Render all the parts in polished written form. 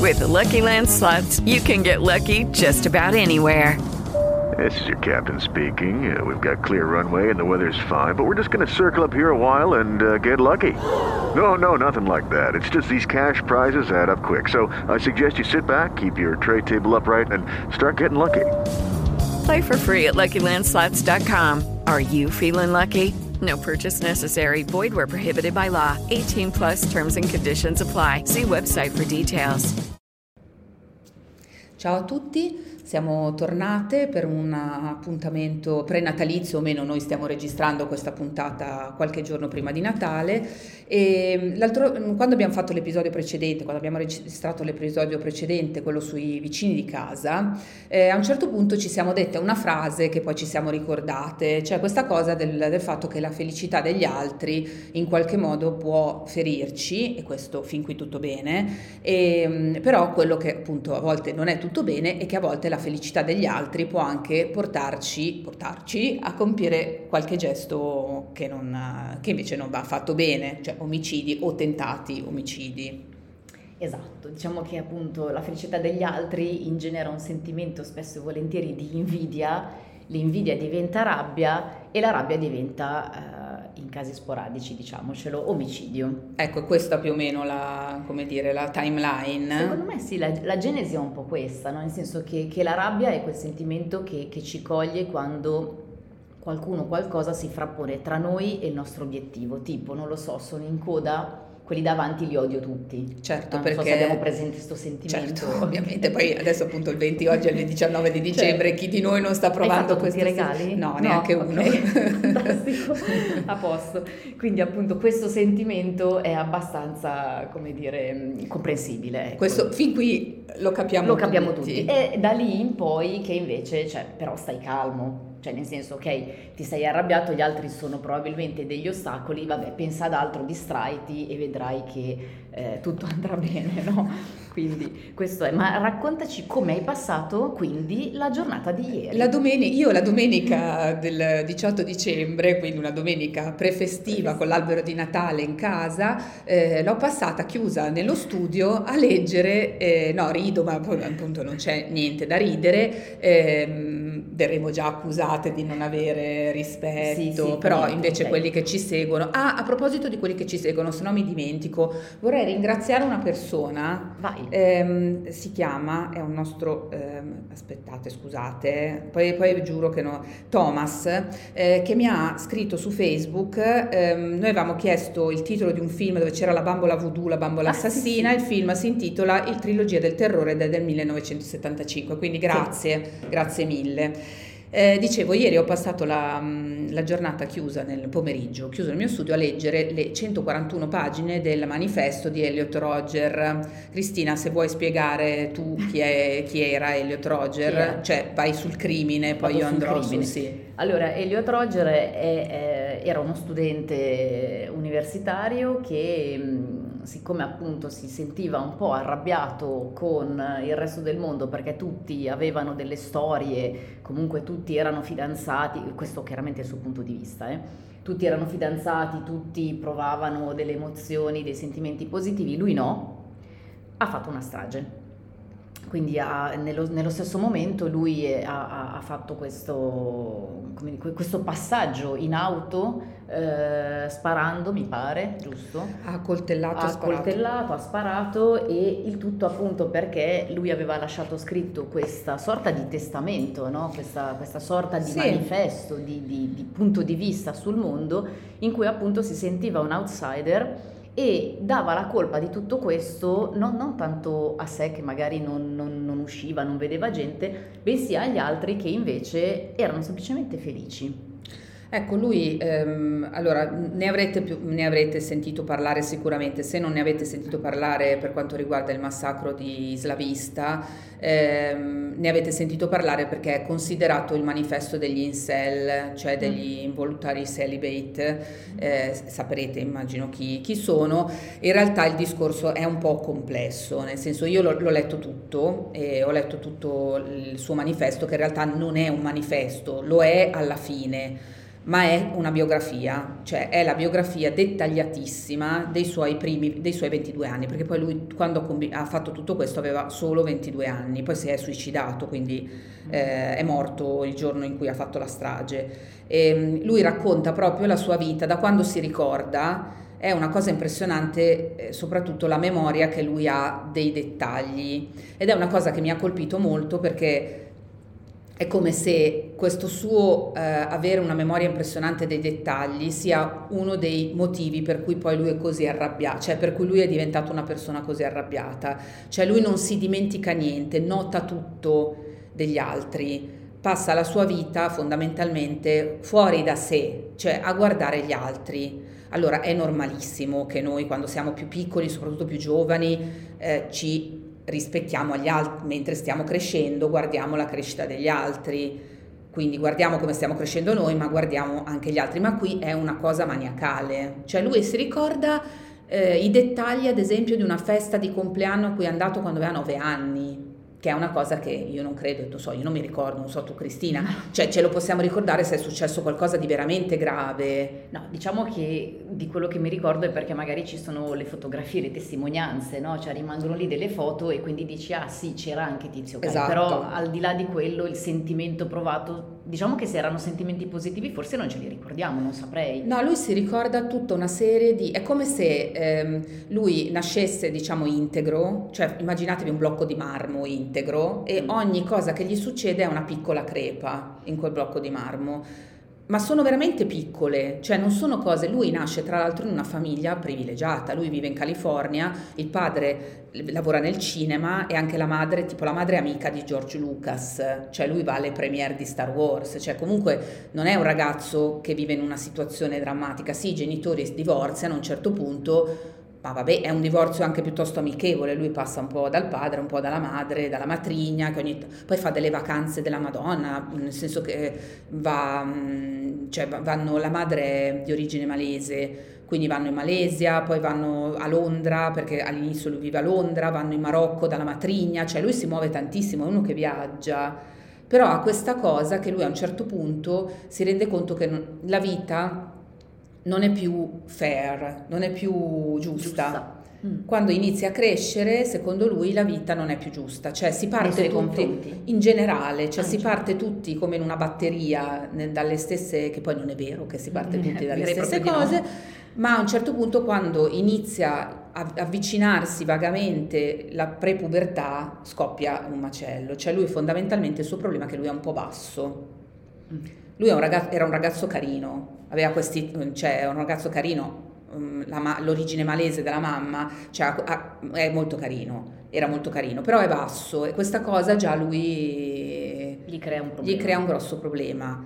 With the Lucky Land Slots, you can get lucky just about anywhere. This is your captain speaking. We've got clear runway and the weather's fine, but we're just going to circle up here a while and get lucky. No, nothing like that. It's just these cash prizes add up quick. So I suggest you sit back, keep your tray table upright, and start getting lucky. Play for free at LuckyLandSlots.com. Are you feeling lucky? No purchase necessary. Void where prohibited by law. 18 plus terms and conditions apply. See website for details. Ciao a tutti. Siamo tornate per un appuntamento prenatalizio, o meno, noi stiamo registrando questa puntata qualche giorno prima di Natale e quando abbiamo fatto l'episodio precedente, quando abbiamo registrato l'episodio precedente, quello sui vicini di casa, a un certo punto ci siamo dette una frase che poi ci siamo ricordate, cioè questa cosa del fatto che la felicità degli altri in qualche modo può ferirci, e questo fin qui tutto bene, però quello che appunto a volte non è tutto bene è che a volte la felicità degli altri può anche portarci a compiere qualche gesto che invece non va fatto bene, cioè omicidi o tentati omicidi. Esatto, diciamo che appunto la felicità degli altri ingenera un sentimento spesso e volentieri di invidia, l'invidia diventa rabbia e la rabbia diventa in casi sporadici, diciamocelo, omicidio. Ecco, questa più o meno la timeline. Secondo me sì, la genesi è un po' questa, no? Nel senso che la rabbia è quel sentimento che ci coglie quando qualcuno o qualcosa si frappone tra noi e il nostro obiettivo, tipo, non lo so, sono in coda, quelli davanti li odio tutti. Certo, non perché so se abbiamo presente questo sentimento. Certo, ovviamente. Poi adesso appunto il 20, oggi è il 19 di dicembre, chi di noi non sta provando questi regali? No, neanche uno. Fantastico, a posto. Quindi appunto questo sentimento è abbastanza, come dire, comprensibile. Ecco. Questo fin qui lo capiamo tutti. E da lì in poi che invece, però stai calmo. Cioè nel senso, ok, ti sei arrabbiato, gli altri sono probabilmente degli ostacoli, vabbè, pensa ad altro, distraiti e vedrai che tutto andrà bene, no? Quindi questo è, ma raccontaci come hai passato quindi la giornata di ieri. La domenica del 18 dicembre, quindi una domenica prefestiva con l'albero di Natale in casa, l'ho passata chiusa nello studio a leggere, no rido ma appunto non c'è niente da ridere, verremo già accusate di non avere rispetto, però invece quelli che ci seguono, a proposito di quelli che ci seguono, se no mi dimentico, vorrei ringraziare una persona. Vai. Si chiama, è un nostro aspettate, scusate, poi giuro che no, Thomas, che mi ha scritto su Facebook. Noi avevamo chiesto il titolo di un film dove c'era la bambola voodoo, la bambola assassina. Sì. Il film si intitola Il trilogia del terrore ed è del 1975, quindi grazie mille. Dicevo, ieri ho passato la giornata chiusa nel pomeriggio, chiuso nel mio studio, a leggere le 141 pagine del manifesto di Elliot Rodger. Cristina, se vuoi spiegare tu chi era Elliot Rodger, cioè vai sul crimine, poi io andrò sul sì. Allora, Elliot Rodger era uno studente universitario che, siccome appunto si sentiva un po' arrabbiato con il resto del mondo perché tutti avevano delle storie, comunque tutti erano fidanzati, questo chiaramente è il suo punto di vista, tutti erano fidanzati, tutti provavano delle emozioni, dei sentimenti positivi, lui no, ha fatto una strage. Quindi nello stesso momento lui ha fatto questo passaggio in auto, sparando, mi pare, giusto? Ha sparato, e il tutto appunto perché lui aveva lasciato scritto questa sorta di testamento, no? Questa sorta di manifesto, di punto di vista sul mondo, in cui appunto si sentiva un outsider e dava la colpa di tutto questo non tanto a sé, che magari non usciva, non vedeva gente, bensì agli altri che invece erano semplicemente felici. Ecco, lui, allora ne avrete sentito parlare sicuramente. Se non ne avete sentito parlare per quanto riguarda il massacro di Isla Vista, ne avete sentito parlare perché è considerato il manifesto degli incel, cioè degli involuntari celibate. Saprete, immagino, chi sono. In realtà il discorso è un po' complesso, nel senso, io l'ho letto tutto, e ho letto tutto il suo manifesto, che in realtà non è un manifesto, lo è alla fine, ma è una biografia, cioè è la biografia dettagliatissima dei suoi 22 anni, perché poi lui quando ha fatto tutto questo aveva solo 22 anni, poi si è suicidato, quindi è morto il giorno in cui ha fatto la strage. E lui racconta proprio la sua vita da quando si ricorda. È una cosa impressionante, soprattutto la memoria che lui ha dei dettagli, ed è una cosa che mi ha colpito molto, perché è come se questo suo avere una memoria impressionante dei dettagli sia uno dei motivi per cui poi lui è così arrabbiato, cioè per cui lui è diventato una persona così arrabbiata. Cioè lui non si dimentica niente, nota tutto degli altri, passa la sua vita fondamentalmente fuori da sé, cioè a guardare gli altri. Allora è normalissimo che noi, quando siamo più piccoli, soprattutto più giovani, ci rispecchiamo agli altri, mentre stiamo crescendo guardiamo la crescita degli altri, quindi guardiamo come stiamo crescendo noi, ma guardiamo anche gli altri. Ma qui è una cosa maniacale, cioè lui si ricorda i dettagli, ad esempio, di una festa di compleanno a cui è andato quando aveva 9 anni, che è una cosa che io non credo, io non mi ricordo, non so tu Cristina, cioè ce lo possiamo ricordare se è successo qualcosa di veramente grave. No, diciamo che di quello che mi ricordo è perché magari ci sono le fotografie, le testimonianze, no? Cioè rimangono lì delle foto e quindi dici, ah sì, c'era anche Tizio Caio, Esatto. Però al di là di quello il sentimento provato, diciamo che se erano sentimenti positivi forse non ce li ricordiamo, non saprei. No, lui si ricorda tutta una serie di... è come se lui nascesse, diciamo, integro, cioè immaginatevi un blocco di marmo integro e ogni cosa che gli succede è una piccola crepa in quel blocco di marmo. Ma sono veramente piccole, cioè non sono cose... Lui nasce tra l'altro in una famiglia privilegiata, lui vive in California, il padre lavora nel cinema e anche la madre, tipo la madre è amica di George Lucas, cioè lui va alle premiere di Star Wars, cioè comunque non è un ragazzo che vive in una situazione drammatica. Sì, i genitori si divorziano a un certo punto, ma vabbè, è un divorzio anche piuttosto amichevole, lui passa un po' dal padre, un po' dalla madre, dalla matrigna, che poi fa delle vacanze della Madonna, nel senso che vanno, la madre è di origine malese, quindi vanno in Malesia, poi vanno a Londra, perché all'inizio lui vive a Londra, vanno in Marocco dalla matrigna, cioè lui si muove tantissimo, è uno che viaggia, però ha questa cosa che lui a un certo punto si rende conto che la vita non è più fair, non è più giusta. Quando inizia a crescere, secondo lui la vita non è più giusta, cioè si parte tutti in generale, cioè si parte tutti come in una batteria dalle stesse, che poi non è vero che si parte tutti dalle stesse cose, ma a un certo punto, quando inizia a avvicinarsi vagamente la prepubertà, scoppia un macello. Cioè lui fondamentalmente, il suo problema è che lui è un po' basso. Lui era un ragazzo carino, aveva cioè un ragazzo carino, l'origine malese della mamma, cioè è molto carino, era molto carino, però è basso, e questa cosa già gli crea un grosso problema.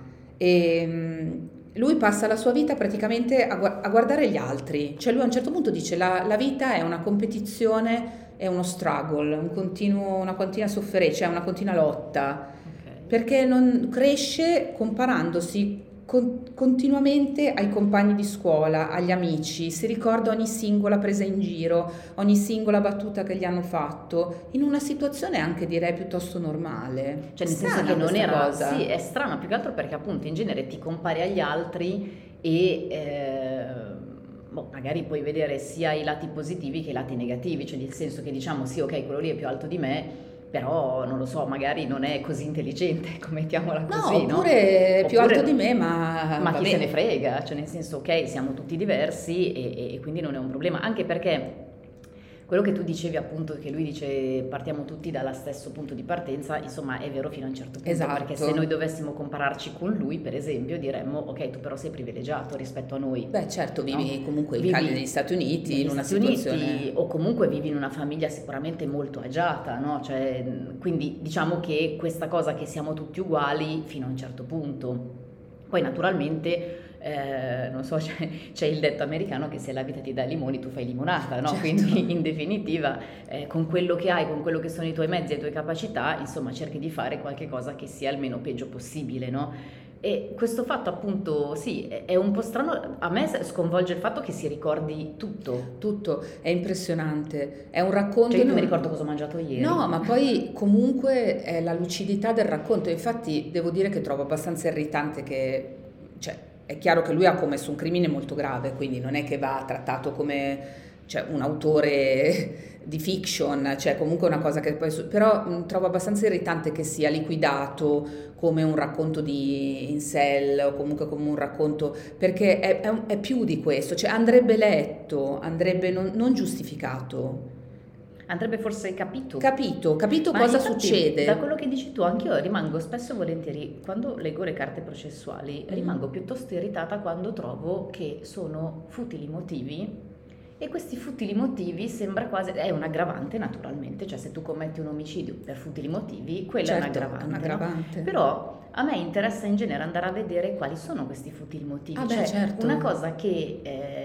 E lui passa la sua vita praticamente a guardare gli altri, cioè lui a un certo punto dice la vita è una competizione, è uno struggle, una continua sofferenza, cioè una continua lotta. Perché non cresce comparandosi continuamente ai compagni di scuola, agli amici, si ricorda ogni singola presa in giro, ogni singola battuta che gli hanno fatto, in una situazione anche direi piuttosto normale. Cioè nel senso che non era cosa. Sì, è strano, più che altro perché appunto in genere ti compari agli altri e magari puoi vedere sia i lati positivi che i lati negativi, cioè nel senso che diciamo sì, ok, quello lì è più alto di me, però non lo so, magari non è così intelligente, mettiamola così, no? Oppure più alto di me, ma chi se ne frega, cioè nel senso, ok, siamo tutti diversi e quindi non è un problema, anche perché quello che tu dicevi appunto, che lui dice partiamo tutti dallo stesso punto di partenza, insomma è vero fino a un certo punto, esatto. Perché se noi dovessimo compararci con lui, per esempio, diremmo ok, tu però sei privilegiato rispetto a noi. Beh certo, vivi comunque negli Stati Uniti, in una situazione... o comunque vivi in una famiglia sicuramente molto agiata, no? Cioè, quindi diciamo che questa cosa che siamo tutti uguali fino a un certo punto. Poi naturalmente... non so, c'è il detto americano che se la vita ti dà limoni tu fai limonata, no? Certo. Quindi in definitiva con quello che hai, con quello che sono i tuoi mezzi e le tue capacità, insomma cerchi di fare qualche cosa che sia il meno peggio possibile, no? E questo fatto appunto sì, è un po' strano, a me sconvolge il fatto che si ricordi tutto, è impressionante, è un racconto... Cioè io non mi ricordo cosa ho mangiato ieri. No, ma poi comunque è la lucidità del racconto, infatti devo dire che trovo abbastanza irritante che... cioè è chiaro che lui ha commesso un crimine molto grave, quindi non è che va trattato come, cioè, un autore di fiction, cioè comunque una cosa che poi, però trovo abbastanza irritante che sia liquidato come un racconto di incel o comunque come un racconto, perché è più di questo, cioè andrebbe letto, andrebbe non giustificato. Andrebbe forse capito Ma cosa infatti, succede. Da quello che dici tu, anch'io rimango spesso e volentieri, quando leggo le carte processuali, rimango piuttosto irritata quando trovo che sono futili motivi, e questi futili motivi sembra quasi, è un aggravante naturalmente, cioè se tu commetti un omicidio per futili motivi, quella Certo, è un è un aggravante. no? Però a me interessa in genere andare a vedere quali sono questi futili motivi, Ah beh, cioè certo. una cosa che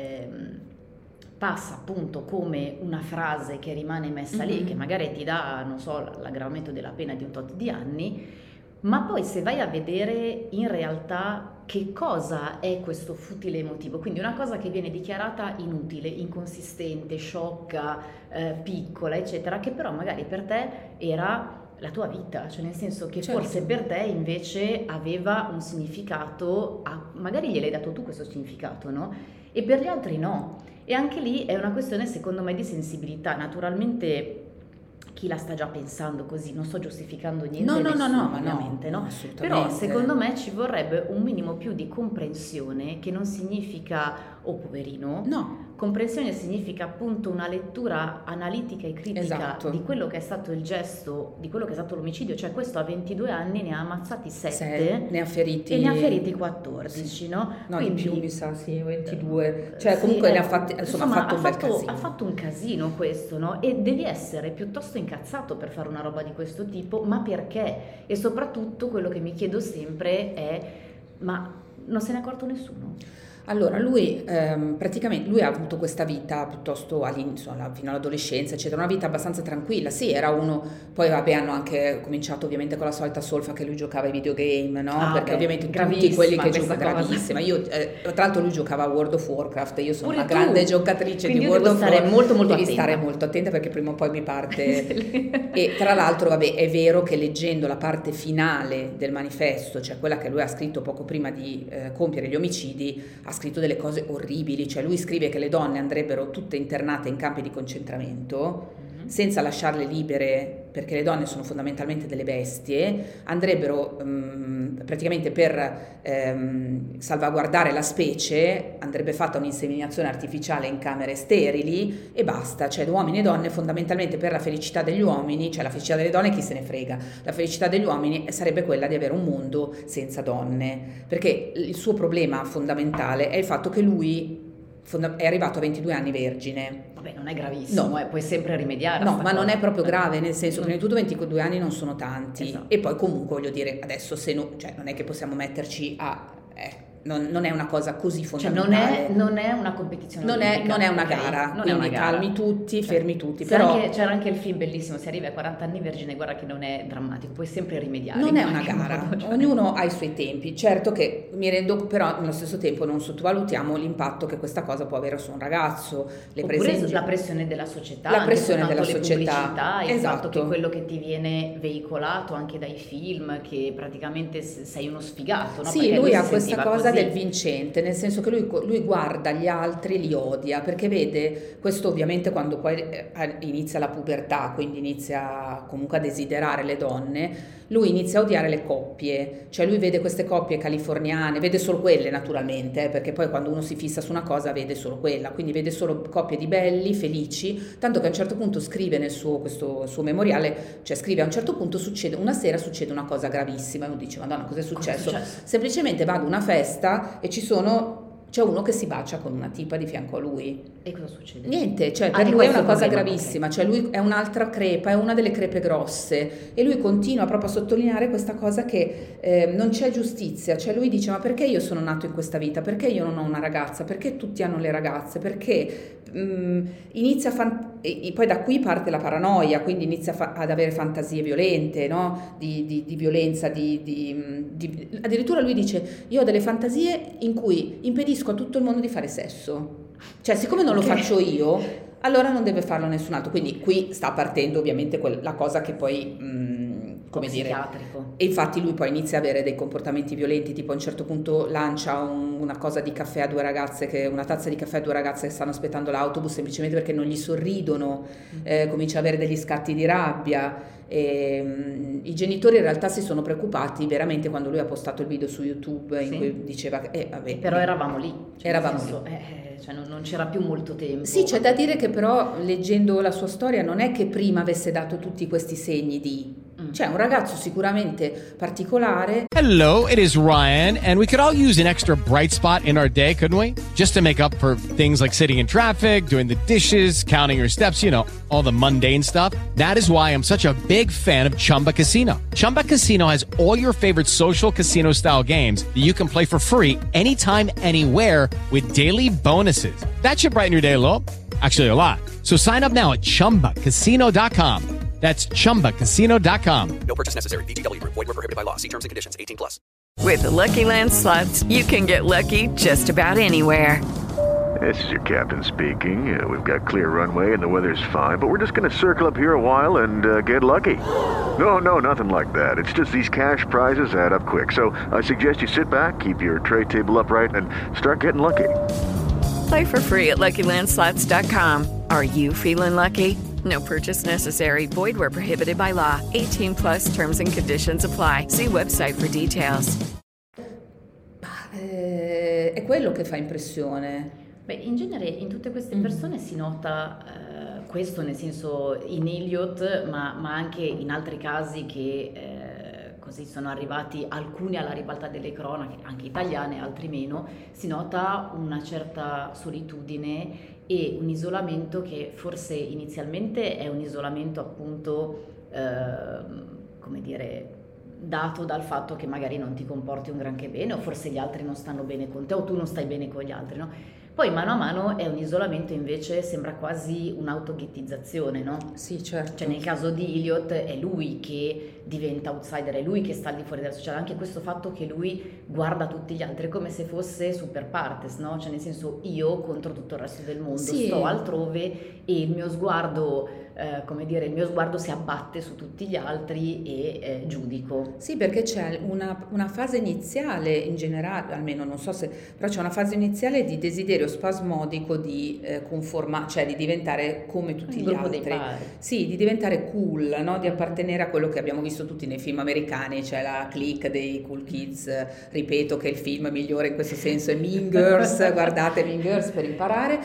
passa appunto come una frase che rimane messa lì, che magari ti dà, non so, l'aggravamento della pena di un tot di anni, ma poi se vai a vedere in realtà che cosa è questo futile emotivo, quindi una cosa che viene dichiarata inutile, inconsistente, sciocca, piccola, eccetera, che però magari per te era la tua vita, cioè nel senso che Certo. forse per te invece aveva un significato, magari gliel'hai dato tu questo significato, no? E per gli altri no. E anche lì è una questione secondo me di sensibilità, naturalmente chi la sta già pensando così, non sto giustificando niente, No, nessuno, ma ovviamente, no? assolutamente. Però secondo me ci vorrebbe un minimo più di comprensione, che non significa oh poverino, No, comprensione significa appunto una lettura analitica e critica Esatto. di quello che è stato il gesto, di quello che è stato l'omicidio, cioè questo a 22 anni ne ha ammazzati 7 ne ha feriti. e ne ha feriti 14, no? No, Quindi, di più mi sa, sì, 22. Cioè sì, comunque ne ha fatti, insomma, insomma, ha fatto un bel casino. ha fatto un casino questo, no? E devi essere piuttosto incazzato per fare una roba di questo tipo, ma perché? E soprattutto quello che mi chiedo sempre è, ma non se ne è accorto nessuno? Allora, lui praticamente lui ha avuto questa vita piuttosto all'inizio, fino all'adolescenza, eccetera, una vita abbastanza tranquilla. Sì, era uno, poi vabbè, hanno anche cominciato ovviamente con la solita solfa che lui giocava ai videogame, no? Ah, perché beh, ovviamente tutti gravissima quelli che questa giocano, cosa. gravissima. Io, tra l'altro lui giocava a World of Warcraft, io sono Pure una tu. grande giocatrice Quindi di io World devo of stare Warcraft. molto, molto Devi attenta. stare molto attenta perché prima o poi mi parte. E tra l'altro, vabbè, è vero che leggendo la parte finale del manifesto, cioè quella che lui ha scritto poco prima di compiere gli omicidi, ha scritto delle cose orribili. Cioè lui scrive che le donne andrebbero tutte internate in campi di concentramento senza lasciarle libere, perché le donne sono fondamentalmente delle bestie, andrebbero praticamente per salvaguardare la specie, andrebbe fatta un'inseminazione artificiale in camere sterili e basta, cioè uomini e donne fondamentalmente per la felicità degli uomini, cioè la felicità delle donne chi se ne frega, la felicità degli uomini sarebbe quella di avere un mondo senza donne, perché il suo problema fondamentale è il fatto che lui è arrivato a 22 anni vergine. Vabbè, non è gravissimo, No. Puoi sempre rimediare. a No, sta ma non cosa. è proprio grave, nel senso che prima di tutto 22 anni non sono tanti. Esatto. E poi comunque voglio dire, adesso se no, cioè non è che possiamo metterci a... non è una cosa così Cioè fondamentale. non è una competizione Non olimpica, è una ok? gara, Non è quindi una gara. calmi tutti, Cioè, fermi tutti. Però c'era anche il film bellissimo, si arriva a 40 anni vergine, guarda che non è drammatico, puoi sempre rimediare. non in è una qualche gara, modo, cioè. ognuno ha i suoi tempi. Certo che mi rendo, però nello stesso tempo non sottovalutiamo l'impatto che questa cosa può avere su un ragazzo. Le Oppure prese in la gi- pressione della società, La anche pressione soltanto della le società, pubblicità, il esatto. fatto che quello che ti viene veicolato anche dai film, che praticamente sei uno sfigato, no? Sì, Perché lui si ha questa sentiva cosa così. del vincente, nel senso che lui guarda gli altri e li odia, perché vede, questo ovviamente quando poi inizia la pubertà, quindi inizia comunque a desiderare le donne, lui inizia a odiare le coppie, cioè lui vede queste coppie californiane, vede solo quelle naturalmente, perché poi quando uno si fissa su una cosa vede solo quella, quindi vede solo coppie di belli, felici, tanto che a un certo punto scrive nel questo suo memoriale, cioè scrive a un certo punto una sera succede una cosa gravissima, e uno dice Madonna cos'è successo? Semplicemente vado a una festa e c'è uno che si bacia con una tipa di fianco a lui. E cosa succede? Niente, cioè Ah, per di lui è questo una cosa problema, gravissima, ok. cioè lui è un'altra crepa, è una delle crepe grosse e lui continua proprio a sottolineare questa cosa che non c'è giustizia, cioè lui dice ma perché io sono nato in questa vita, perché io non ho una ragazza, perché tutti hanno le ragazze, perché e poi da qui parte la paranoia, quindi inizia ad avere fantasie violente, no? di violenza, addirittura lui dice io ho delle fantasie in cui impedisco a tutto il mondo di fare sesso, cioè siccome non lo faccio io allora non deve farlo nessun altro, quindi qui sta partendo ovviamente la cosa che poi come dire, psichiatrico. e infatti lui poi inizia a avere dei comportamenti violenti, tipo a un certo punto lancia una cosa di caffè a due ragazze, una tazza di caffè a due ragazze che stanno aspettando l'autobus semplicemente perché non gli sorridono, comincia a avere degli scatti di rabbia. I genitori in realtà si sono preoccupati veramente quando lui ha postato il video su YouTube in cui diceva che vabbè, però eravamo lì, cioè eravamo nel senso, cioè non c'era più molto tempo. Sì, c'è da dire che però leggendo la sua storia non è che prima avesse dato tutti questi segni di... Cioè un ragazzo sicuramente particolare. Hello, it is Ryan, and we could all use an extra bright spot in our day, couldn't we? Just to make up for things like sitting in traffic, doing the dishes, counting your steps, you know, all the mundane stuff. That is why I'm such a big fan of Chumba Casino. Chumba Casino has all your favorite social casino style games that you can play for free anytime, anywhere with daily bonuses. That should brighten your day a little. Actually, a lot. So sign up now at ChumbaCasino.com. That's ChumbaCasino.com. No purchase necessary. VGW Group. Void where prohibited by law. See terms and conditions. 18+. With the Lucky Land Slots, you can get lucky just about anywhere. This is your captain speaking. We've got clear runway and the weather's fine, but we're just going to circle up here a while and get lucky. No, nothing like that. It's just these cash prizes add up quick. So I suggest you sit back, keep your tray table upright, and start getting lucky. Play for free at LuckyLandSlots.com. Are you feeling lucky? No purchase necessary. Void where prohibited by law. 18+ terms and conditions apply. See website for details. È quello che fa impressione. Beh, in genere in tutte queste persone si nota questo, nel senso in Elliot, ma anche in altri casi che così sono arrivati alcuni alla ribalta delle cronache, anche italiane, altri meno, si nota una certa solitudine e un isolamento che forse inizialmente è un isolamento appunto, come dire, dato dal fatto che magari non ti comporti un granché bene, o forse gli altri non stanno bene con te, o tu non stai bene con gli altri, no? Poi mano a mano è un isolamento, invece sembra quasi un'autoghettizzazione, no? Sì, certo. Cioè nel caso di Elliot è lui che diventa outsider, è lui che sta al di fuori della società, anche questo fatto che lui guarda tutti gli altri, è come se fosse super partes, no? Cioè nel senso io contro tutto il resto del mondo, sì. Sto altrove e il mio sguardo, come dire, il mio sguardo si abbatte su tutti gli altri e giudico. Sì, perché c'è una fase iniziale in generale, almeno non so se, però c'è una fase iniziale di desiderio spasmodico di cioè di diventare come tutti gli altri. Sì, di diventare cool, no? Di appartenere a quello che abbiamo visto tutti nei film americani, c'è la clique dei cool kids, ripeto che il film migliore in questo senso è Mean Girls, guardate Mean Girls per imparare.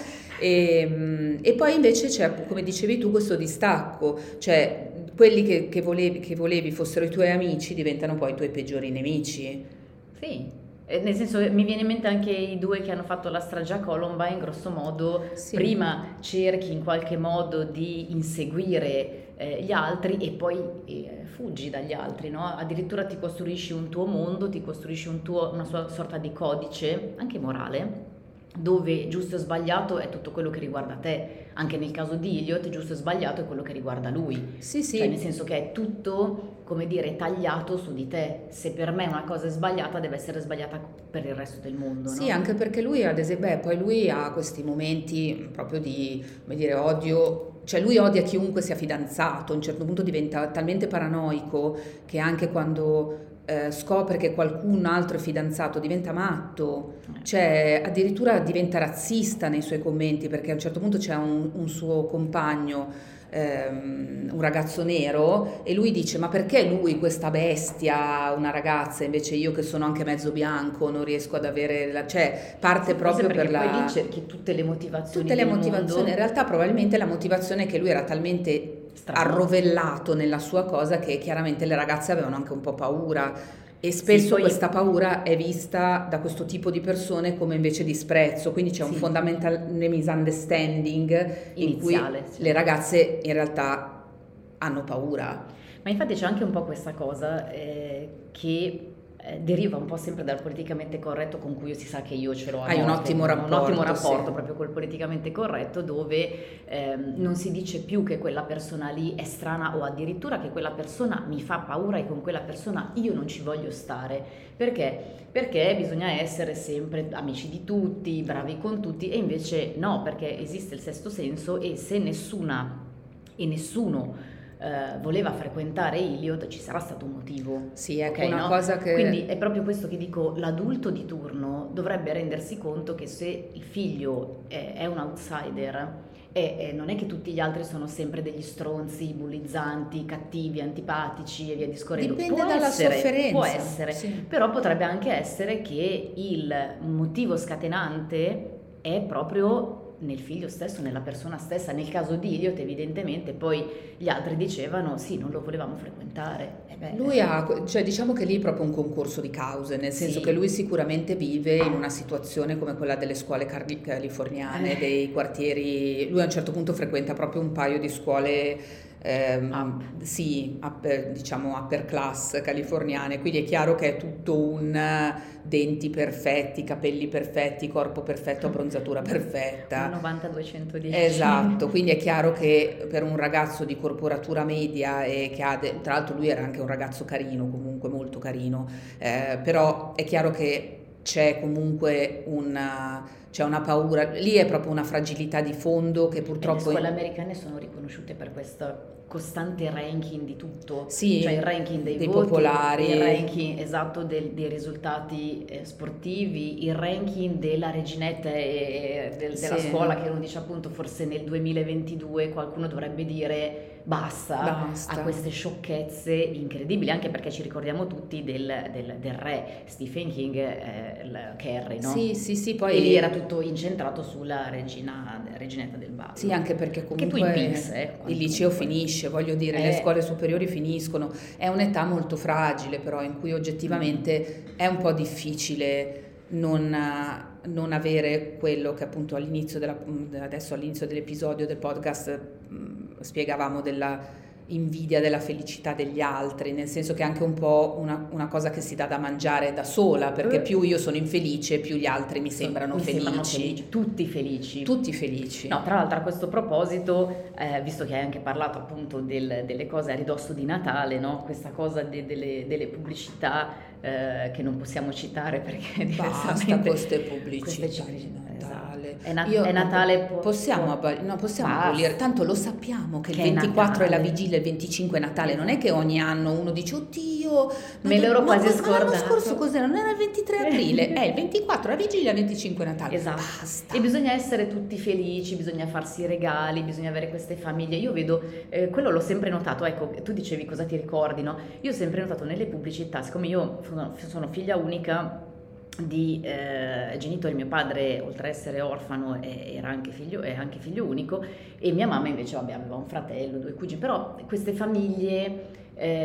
E poi invece c'è, come dicevi tu, questo distacco, cioè quelli che volevi fossero i tuoi amici diventano poi i tuoi peggiori nemici. Sì, nel senso mi viene in mente anche i due che hanno fatto la strage a Columbine, grosso modo, sì. Prima cerchi in qualche modo di inseguire gli altri e poi fuggi dagli altri, no? Addirittura ti costruisci un tuo mondo, ti costruisci una sua sorta di codice, anche morale, dove giusto e sbagliato è tutto quello che riguarda te. Anche nel caso di Elliot, giusto e sbagliato è quello che riguarda lui. Sì. Cioè nel senso che è tutto, come dire, tagliato su di te. Se per me una cosa è sbagliata, deve essere sbagliata per il resto del mondo, Sì, no? anche perché lui, ad esempio, poi lui ha questi momenti proprio di, come dire, odio, cioè lui odia chiunque sia fidanzato, a un certo punto diventa talmente paranoico che anche quando scopre che qualcun altro è fidanzato diventa matto, cioè addirittura diventa razzista nei suoi commenti, perché a un certo punto c'è un suo compagno, un ragazzo nero, e lui dice: ma perché lui, questa bestia, una ragazza, invece io che sono anche mezzo bianco non riesco ad avere cioè parte proprio per la... Poi lì cerchi tutte le motivazioni Tutte le del motivazioni, mondo. in realtà probabilmente la motivazione è che lui era talmente arrovellato nella sua cosa che chiaramente le ragazze avevano anche un po' paura, e spesso poi questa paura è vista da questo tipo di persone come invece disprezzo, quindi c'è un fondamentale misunderstanding iniziale, in cui le ragazze in realtà hanno paura. Ma infatti c'è anche un po' questa cosa che deriva un po' sempre dal politicamente corretto, con cui si sa che io ce l'ho a Hai un ottimo rapporto, sì. Proprio col politicamente corretto, dove non si dice più che quella persona lì è strana, o addirittura che quella persona mi fa paura e con quella persona io non ci voglio stare. Perché? Perché bisogna essere sempre amici di tutti, bravi con tutti, e invece no, perché esiste il sesto senso, e se nessuna e nessuno voleva frequentare Iliot, ci sarà stato un motivo. Sì, ecco, ok, una no? cosa che... Quindi è proprio questo che dico, l'adulto di turno dovrebbe rendersi conto che se il figlio è un outsider, e non è che tutti gli altri sono sempre degli stronzi, bullizzanti, cattivi, antipatici e via discorrendo. Dipende Può dalla essere, sofferenza. può essere, Sì. però potrebbe anche essere che il motivo scatenante è proprio nel figlio stesso, nella persona stessa. Nel caso di Iliot evidentemente poi gli altri dicevano sì, non lo volevamo frequentare. Lui cioè diciamo che lì è proprio un concorso di cause, nel senso Sì. che lui sicuramente vive in una situazione come quella delle scuole californiane, dei quartieri. Lui a un certo punto frequenta proprio un paio di scuole sì, diciamo upper class californiane, quindi è chiaro che è tutto un denti perfetti, capelli perfetti, corpo perfetto, abbronzatura perfetta. 90-210. Esatto, quindi è chiaro che per un ragazzo di corporatura media e che ha, tra l'altro lui era anche un ragazzo carino, comunque molto carino, però è chiaro che c'è comunque c'è una paura, lì è proprio una fragilità di fondo che purtroppo... Le scuole americane sono riconosciute per questo costante ranking di tutto, Sì, cioè il ranking dei voti, popolari, il ranking esatto dei risultati sportivi, il ranking della reginetta della Sì. scuola, che uno dice appunto forse nel 2022 qualcuno dovrebbe dire basta a queste sciocchezze incredibili, anche perché ci ricordiamo tutti del re Stephen King, Carrie, no? Sì, poi... E lì era tutto incentrato sulla reginetta del ballo. Sì, anche perché comunque Twin Peaks, il liceo finisce, voglio dire, le scuole superiori finiscono, è un'età molto fragile però in cui oggettivamente è un po' difficile non avere quello che appunto adesso all'inizio dell'episodio del podcast spiegavamo della invidia della felicità degli altri, nel senso che è anche un po' una cosa che si dà da mangiare da sola, perché più io sono infelice più gli altri mi sembrano felici. Tutti felici. No, tra l'altro a questo proposito, visto che hai anche parlato appunto delle cose a ridosso di Natale, no? Questa cosa delle pubblicità che non possiamo citare perché basta queste pubblicità di Natale. È Natale, possiamo abolire, tanto lo sappiamo che il 24 è la vigilia, il 25 è Natale, non è che ogni anno uno dice oddio, me l'ero quasi scordato. L'anno scorso cos'era? Non era il 23 aprile, è il 24 la vigilia, il 25 Natale. Esatto. Basta. E bisogna essere tutti felici, bisogna farsi i regali, bisogna avere queste famiglie. Io vedo, quello l'ho sempre notato, ecco, tu dicevi cosa ti ricordi, no? Io ho sempre notato nelle pubblicità, siccome io sono figlia unica di genitori, mio padre oltre a essere orfano è anche figlio unico, e mia mamma invece aveva un fratello, 2 cugini, però queste famiglie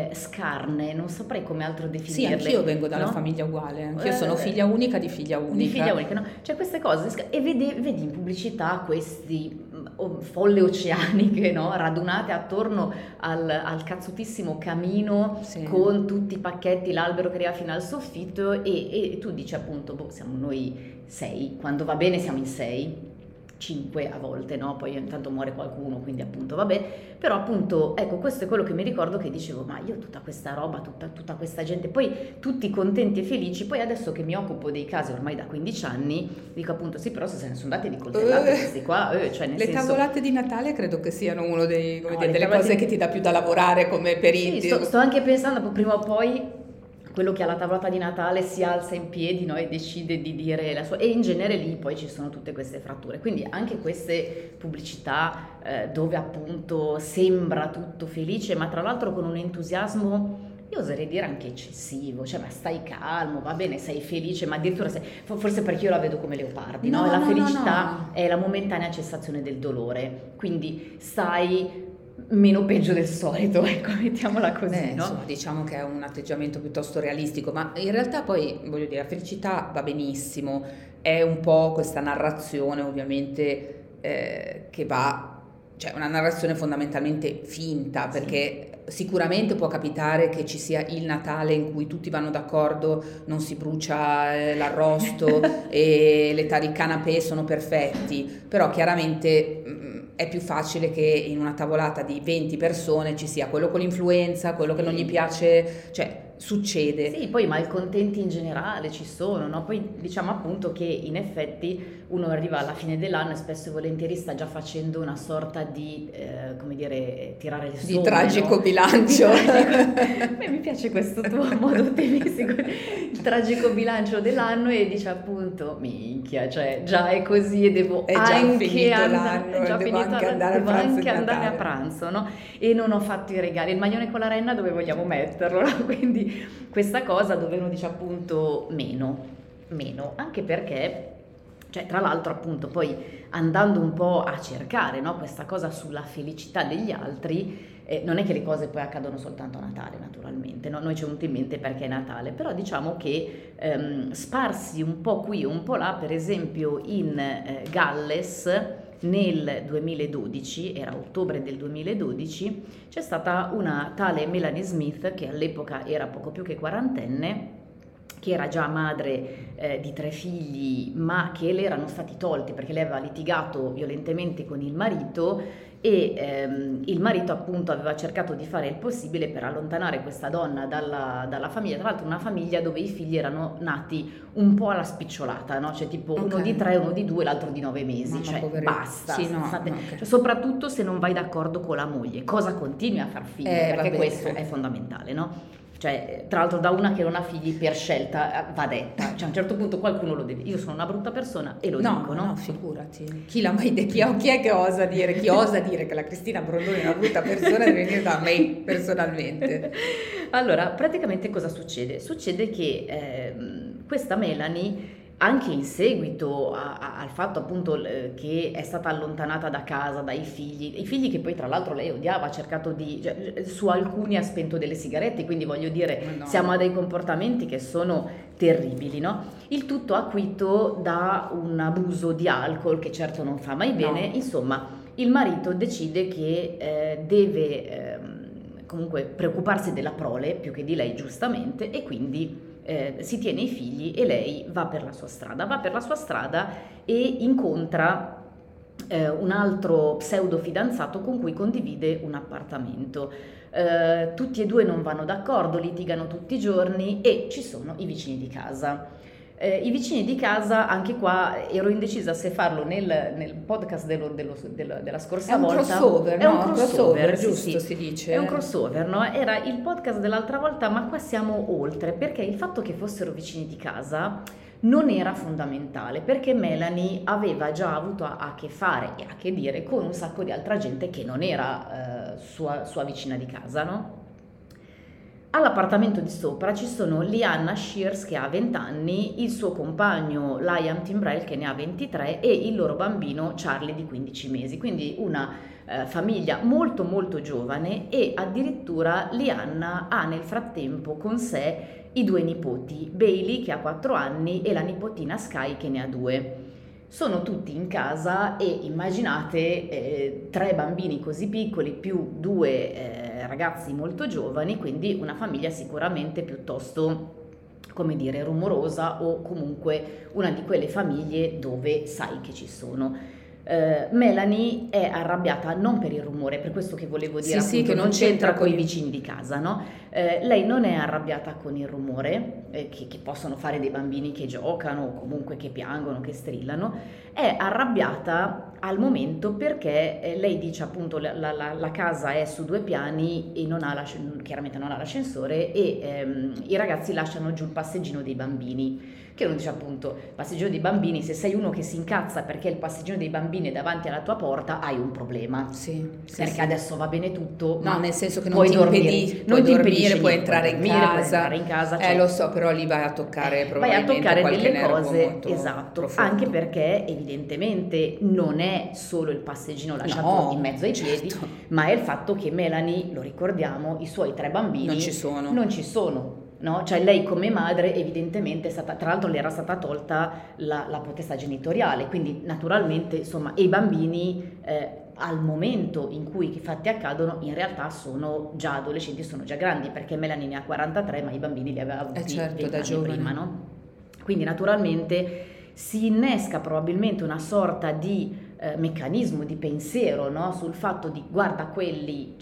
scarne, non saprei come altro definirle. Sì, anch'io vengo dalla no? famiglia uguale, anch'io sono figlia unica di figlia unica. No? Cioè queste cose, e vedi in pubblicità questi folle oceaniche, no? Radunate attorno al cazzutissimo camino, sì, con tutti i pacchetti, l'albero che arriva fino al soffitto, e tu dici appunto, siamo noi 6, quando va bene siamo in 6, 5 a volte, no? Poi intanto muore qualcuno, quindi appunto vabbè, però appunto ecco, questo è quello che mi ricordo, che dicevo, ma io tutta questa roba, tutta questa gente, poi tutti contenti e felici. Poi adesso che mi occupo dei casi ormai da 15 anni, dico appunto sì, però se ne sono dati di coltellate questi qua, cioè nel senso... tavolate di Natale credo che siano uno dei, delle cose che ti dà più da lavorare come periti. Sì, sto anche pensando, prima o poi quello che ha la tavolata di Natale si alza in piedi, no? E decide di dire la sua, e in genere lì poi ci sono tutte queste fratture, quindi anche queste pubblicità dove appunto sembra tutto felice, ma tra l'altro con un entusiasmo, io oserei dire anche eccessivo, cioè ma stai calmo, va bene, sei felice, ma addirittura forse perché io la vedo come Leopardi, no? La felicità è la momentanea cessazione del dolore, quindi stai meno peggio del solito, ecco, mettiamola così, no? Insomma, diciamo che è un atteggiamento piuttosto realistico, ma in realtà poi, voglio dire, la felicità va benissimo, è un po' questa narrazione ovviamente che va, cioè una narrazione fondamentalmente finta, perché sicuramente può capitare che ci sia il Natale in cui tutti vanno d'accordo, non si brucia l'arrosto e le di canapè sono perfetti, però chiaramente è più facile che in una tavolata di 20 persone ci sia quello con l'influenza, quello che non gli piace, cioè succede. Sì, poi malcontenti in generale ci sono, no? Poi diciamo appunto che in effetti uno arriva alla fine dell'anno e spesso e volentieri sta già facendo una sorta di, come dire, tirare le somme, Di tragico no? bilancio. A me mi piace questo tuo modo ottimistico, il tragico bilancio dell'anno, e dice appunto, minchia, cioè già è così e devo È già anche finito andare, l'anno, è già devo finito anche l'anno, andare a devo pranzo anche di andare a Natale. pranzo, no? E non ho fatto i regali, il maglione con la renna dove vogliamo metterlo, no? Quindi questa cosa dove uno dice appunto meno, anche perché, cioè tra l'altro appunto poi andando un po' a cercare, no, questa cosa sulla felicità degli altri, non è che le cose poi accadono soltanto a Natale naturalmente, no? Noi ci è venuto in mente perché è Natale, però diciamo che sparsi un po' qui un po' là, per esempio in Galles nel 2012, era ottobre del 2012, c'è stata una tale Melanie Smith che all'epoca era poco più che quarantenne, che era già madre di 3 figli, ma che le erano stati tolti perché lei aveva litigato violentemente con il marito, e il marito appunto aveva cercato di fare il possibile per allontanare questa donna dalla famiglia, tra l'altro una famiglia dove i figli erano nati un po' alla spicciolata, no? Cioè tipo uno di 3, uno di 2, l'altro di 9 mesi, Mamma, cioè poverino. basta, Sì, no, state- no, ok. cioè, soprattutto se non vai d'accordo con la moglie, cosa continui a far figli, perché vabbè, questo sì. è fondamentale, no? Cioè, tra l'altro da una che non ha figli per scelta va detta, cioè a un certo punto qualcuno lo deve, io sono una brutta persona e lo dico, no? No, figurati. Chi l'ha mai detto? Chi è che osa dire? Chi osa dire che la Cristina Brondoni è una brutta persona deve venire da me personalmente. Allora, praticamente cosa succede? Succede che questa Melanie, anche in seguito al fatto appunto che è stata allontanata da casa, dai figli, i figli che poi tra l'altro lei odiava, ha cercato di, cioè, su alcuni ha spento delle sigarette, quindi voglio dire, Madonna. siamo a dei comportamenti che sono terribili, no? Il tutto acuito da un abuso di alcol che certo non fa mai bene, No. insomma, il marito decide che deve comunque preoccuparsi della prole più che di lei, giustamente, e quindi si tiene i figli e lei va per la sua strada e incontra un altro pseudo fidanzato con cui condivide un appartamento. Tutti e due non vanno d'accordo, litigano tutti i giorni e ci sono i vicini di casa. I vicini di casa, anche qua ero indecisa se farlo nel podcast della scorsa È un volta. crossover, È un no? crossover, Giusto, sì. si dice. È un crossover, no? Era il podcast dell'altra volta, ma qua siamo oltre, perché il fatto che fossero vicini di casa non era fondamentale, perché Melanie aveva già avuto a che fare e a che dire con un sacco di altra gente che non era sua vicina di casa, no? All'appartamento di sopra ci sono Liana Shears che ha 20 anni, il suo compagno Liam Timbrell che ne ha 23 e il loro bambino Charlie di 15 mesi, quindi una famiglia molto molto giovane, e addirittura Liana ha nel frattempo con sé i 2 nipoti, Bailey che ha 4 anni e la nipotina Sky che ne ha 2. Sono tutti in casa e immaginate 3 bambini così piccoli più 2 ragazzi molto giovani, quindi una famiglia sicuramente piuttosto, come dire, rumorosa, o comunque una di quelle famiglie dove sai che ci sono. Melanie è arrabbiata non per il rumore, per questo che volevo dire, Sì, appunto, che non c'entra con i con il- vicini di casa, no? Lei non è arrabbiata con il rumore che possono fare dei bambini che giocano o comunque che piangono, che strillano, è arrabbiata al momento perché lei dice appunto la casa è su 2 piani e chiaramente non ha l'ascensore, e i ragazzi lasciano giù il passeggino dei bambini, che uno dice appunto passeggino dei bambini, se sei uno che si incazza perché il passeggino dei bambini è davanti alla tua porta hai un problema. Sì, Perché sì. adesso va bene tutto, No, ma nel senso che non puoi ti dormire, impedisce, non ti impedisce puoi niente, entrare in puoi dormire, puoi casa. entrare in casa, cioè, Lo so, però lì vai a toccare vai a probabilmente toccare qualche delle nervo cose, molto esatto, profondo. anche perché evidentemente non è solo il passeggino lasciato No, in mezzo ai piedi, certo. ma è il fatto che Melanie, lo ricordiamo, i suoi 3 bambini Non ci sono. non ci sono, no? Cioè lei come madre evidentemente è stata, tra l'altro le era stata tolta la potestà genitoriale, quindi naturalmente insomma, e i bambini al momento in cui i fatti accadono in realtà sono già adolescenti, sono già grandi, perché Melanie ne ha 43 ma i bambini li aveva avuti certo, 20 da anni giovane. prima, no? Quindi naturalmente si innesca probabilmente una sorta di meccanismo di pensiero, no? Sul fatto di guarda quelli, cioè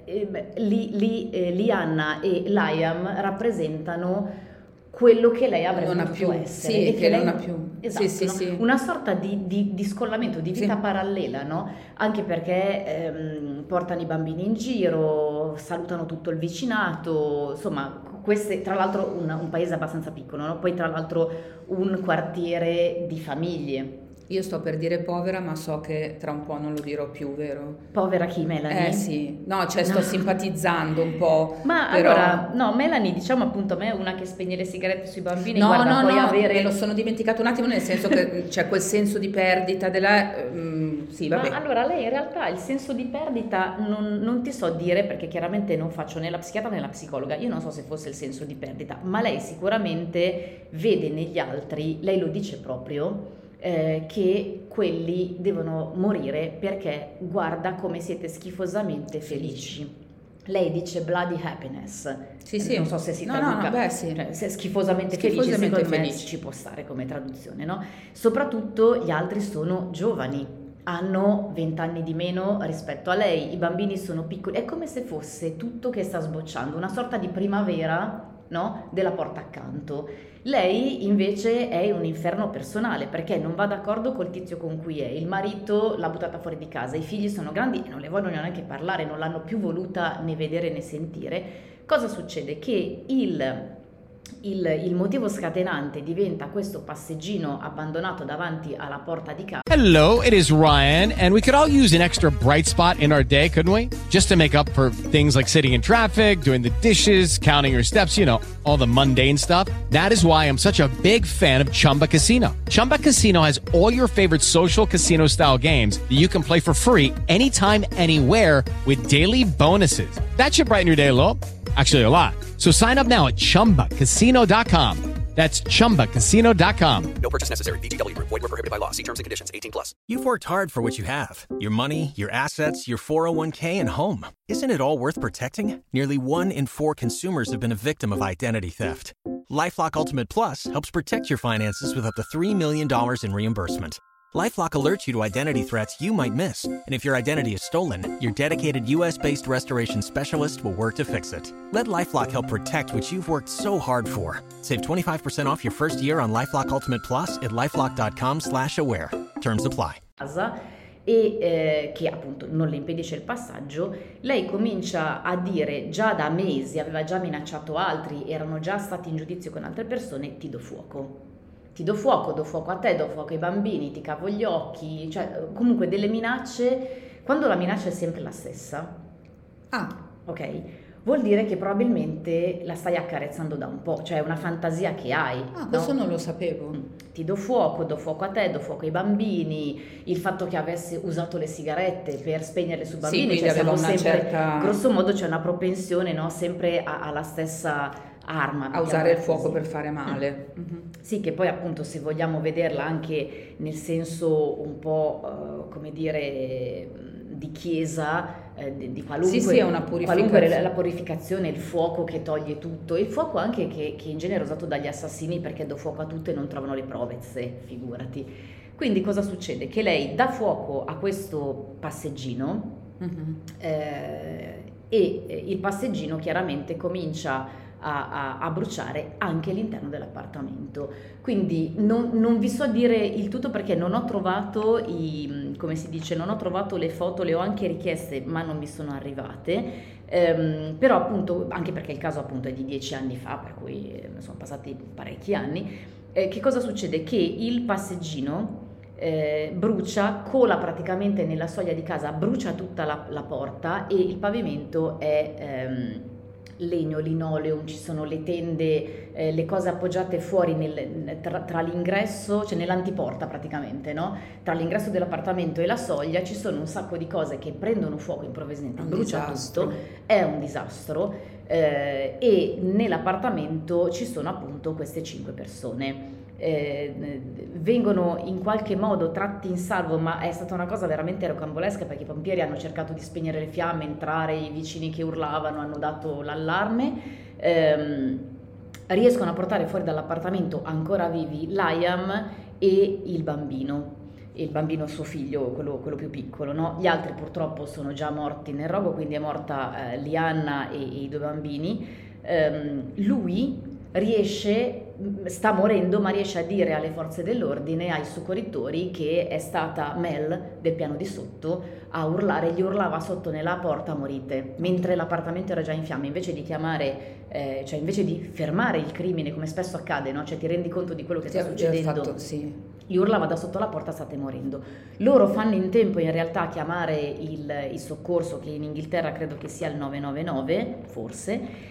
Lianna e Liam rappresentano quello che lei avrebbe Non ha potuto più, essere sì, e che lei non ha più. esatto, Sì, sì, no? sì. Una sorta di scollamento, di vita Sì. parallela, no? Anche perché portano i bambini in giro, salutano tutto il vicinato, insomma, queste, tra l'altro un paese abbastanza piccolo, no? Poi tra l'altro un quartiere di famiglie. Io sto per dire povera, ma so che tra un po' non lo dirò più, vero? Povera chi, Melanie? Sì, no, cioè sto simpatizzando un po', Ma però... allora, no, Melanie, diciamo appunto a me è una che spegne le sigarette sui bambini, No, guarda, no, puoi no, avere... me lo sono dimenticato un attimo, nel senso che c'è quel senso di perdita della... sì, vabbè. Ma allora lei in realtà il senso di perdita non ti so dire, perché chiaramente non faccio né la psichiatra né la psicologa, io non so se fosse il senso di perdita, ma lei sicuramente vede negli altri, lei lo dice proprio, che quelli devono morire perché guarda come siete schifosamente felici. Lei dice bloody happiness. Sì. Non so se si No, traduca, beh, sì. cioè, se schifosamente felici, Schifosamente secondo me felici. ci può stare come traduzione, no? Soprattutto gli altri sono giovani, hanno 20 anni di meno rispetto a lei, i bambini sono piccoli, è come se fosse tutto che sta sbocciando, una sorta di primavera, no? Della porta accanto. Lei invece è un inferno personale perché non va d'accordo col tizio con cui è, il marito l'ha buttata fuori di casa, i figli sono grandi e non le vogliono neanche parlare, non l'hanno più voluta né vedere né sentire. Cosa succede? Che il motivo scatenante diventa questo passeggino abbandonato davanti alla porta di casa. Hello, it is Ryan, and we could all use an extra bright spot in our day, couldn't we? Just to make up for things like sitting in traffic, doing the dishes, counting your steps, you know, all the mundane stuff. That is why I'm such a big fan of Chumba Casino. Chumba Casino has all your favorite social casino-style games that you can play for free anytime, anywhere with daily bonuses. That should brighten your day a little. Actually, a lot. So sign up now at ChumbaCasino.com. That's ChumbaCasino.com. No purchase necessary. VGW Group. Void where prohibited by law. See terms and conditions. 18+. You've worked hard for what you have. Your money, your assets, your 401k, and home. Isn't it all worth protecting? Nearly 1 in 4 consumers have been a victim of identity theft. LifeLock Ultimate Plus helps protect your finances with up to $3 million in reimbursement. LifeLock alerts you to identity threats you might miss. And if your identity is stolen, your dedicated U.S.-based restoration specialist will work to fix it. Let LifeLock help protect what you've worked so hard for. Save 25% off your first year on LifeLock Ultimate Plus at LifeLock.com/aware. Terms apply. E che appunto non le impedisce il passaggio, lei comincia a dire già da mesi, aveva già minacciato altri, erano già stati in giudizio con altre persone, ti do fuoco. Ti do fuoco a te, do fuoco ai bambini, ti cavo gli occhi, cioè comunque delle minacce, quando la minaccia è sempre la stessa, ok, vuol dire che probabilmente la stai accarezzando da un po', cioè è una fantasia che hai. Questo no? non lo sapevo. Ti do fuoco a te, do fuoco ai bambini, il fatto che avesse usato le sigarette per spegnerle sui bambini, quindi cioè aveva siamo una sempre, certa... grosso modo c'è una propensione, no? Sempre alla stessa arma. A usare il così. fuoco per fare male. Sì, che poi appunto se vogliamo vederla anche nel senso un po' come dire di chiesa, di qualunque, Sì, è una purificazione. qualunque la purificazione, il fuoco che toglie tutto, il fuoco anche che in genere è usato dagli assassini perché do fuoco a tutto e non trovano le prove, figurati. Quindi cosa succede? Che lei dà fuoco a questo passeggino e il passeggino chiaramente comincia a bruciare anche l'interno dell'appartamento. Quindi non vi so dire il tutto perché non ho trovato come si dice, non ho trovato le foto, le ho anche richieste ma non mi sono arrivate, però appunto anche perché il caso appunto è di 10 anni fa, per cui sono passati parecchi anni. Che cosa succede? Che il passeggino brucia, cola praticamente nella soglia di casa, brucia tutta la porta e il pavimento è legno, linoleum, ci sono le tende, le cose appoggiate fuori tra l'ingresso, cioè nell'antiporta praticamente, no? Tra l'ingresso dell'appartamento e la soglia ci sono un sacco di cose che prendono fuoco improvvisamente, brucia tutto, è un disastro e nell'appartamento ci sono appunto queste 5 persone. Vengono in qualche modo tratti in salvo, ma è stata una cosa veramente rocambolesca perché i pompieri hanno cercato di spegnere le fiamme, entrare, i vicini che urlavano hanno dato l'allarme, riescono a portare fuori dall'appartamento ancora vivi Liam e il bambino. il bambino suo figlio, quello più piccolo, no? Gli altri purtroppo sono già morti nel rogo, quindi è morta Lianna e i 2 bambini. Lui sta morendo, ma riesce a dire alle forze dell'ordine, ai soccorritori, che è stata Mel del piano di sotto a urlare, gli urlava sotto nella porta morite, mentre l'appartamento era già in fiamme. Invece di chiamare, cioè invece di fermare il crimine, come spesso accade, no? Cioè ti rendi conto di quello che sta succedendo, gli urlava da sotto la porta: state morendo. Loro fanno in tempo in realtà a chiamare il soccorso, che in Inghilterra credo che sia il 999 forse,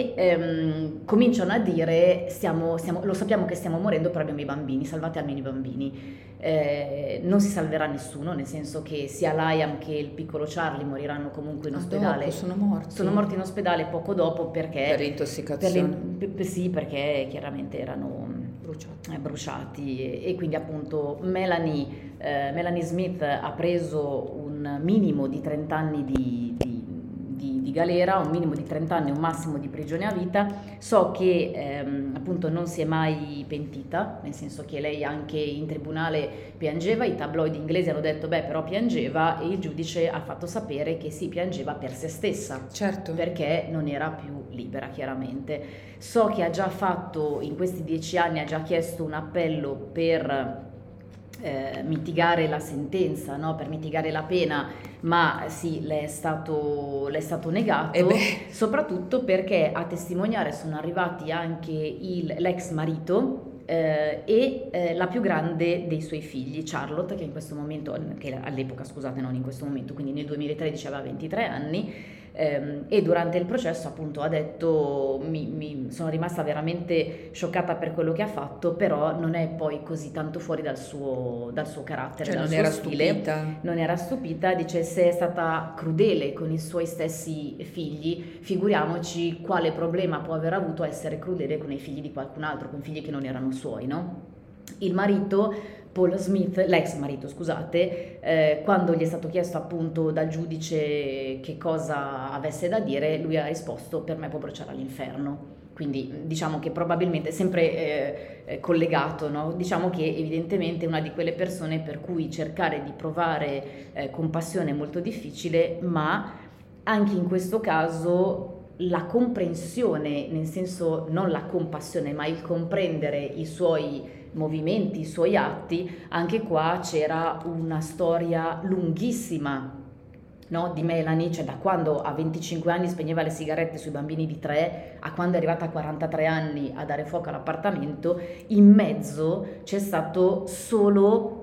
e cominciano a dire lo sappiamo che stiamo morendo, però abbiamo i bambini, salvate almeno i bambini. Non si salverà nessuno, nel senso che sia Liam che il piccolo Charlie moriranno comunque in ospedale. Sono morti in ospedale poco dopo perché per intossicazione. Sì, perché chiaramente erano bruciati e quindi appunto Melanie Smith ha preso un minimo di 30 anni di galera, un minimo di 30 anni, un massimo di prigione a vita. So che appunto non si è mai pentita, nel senso che lei anche in tribunale piangeva, i tabloid inglesi hanno detto però piangeva, e il giudice ha fatto sapere che sì, piangeva per se stessa, certo, perché non era più libera, chiaramente. So che ha già fatto, in questi 10 anni, ha già chiesto un appello per mitigare la sentenza, no? Per mitigare la pena, ma sì, le è stato negato, soprattutto perché a testimoniare sono arrivati anche l'ex marito e la più grande dei suoi figli, Charlotte, che in questo momento, che all'epoca, scusate, non in questo momento, quindi nel 2013 aveva 23 anni, e durante il processo appunto ha detto: sono rimasta veramente scioccata per quello che ha fatto, però non è poi così tanto fuori dal suo carattere, cioè dal non suo era stile. stupita. Non era stupita, dice: se è stata crudele con i suoi stessi figli, figuriamoci quale problema può aver avuto a essere crudele con i figli di qualcun altro, con figli che non erano suoi, no? Il marito, Paul Smith, l'ex marito, scusate, quando gli è stato chiesto appunto dal giudice che cosa avesse da dire, lui ha risposto: per me può bruciare all'inferno. Quindi diciamo che probabilmente sempre collegato, no? Diciamo che evidentemente è una di quelle persone per cui cercare di provare compassione è molto difficile, ma anche in questo caso la comprensione, nel senso non la compassione, ma il comprendere i suoi movimenti, i suoi atti, anche qua c'era una storia lunghissima, no, di Melanie, cioè da quando a 25 anni spegneva le sigarette sui bambini di 3 a quando è arrivata a 43 anni a dare fuoco all'appartamento. In mezzo c'è stato solo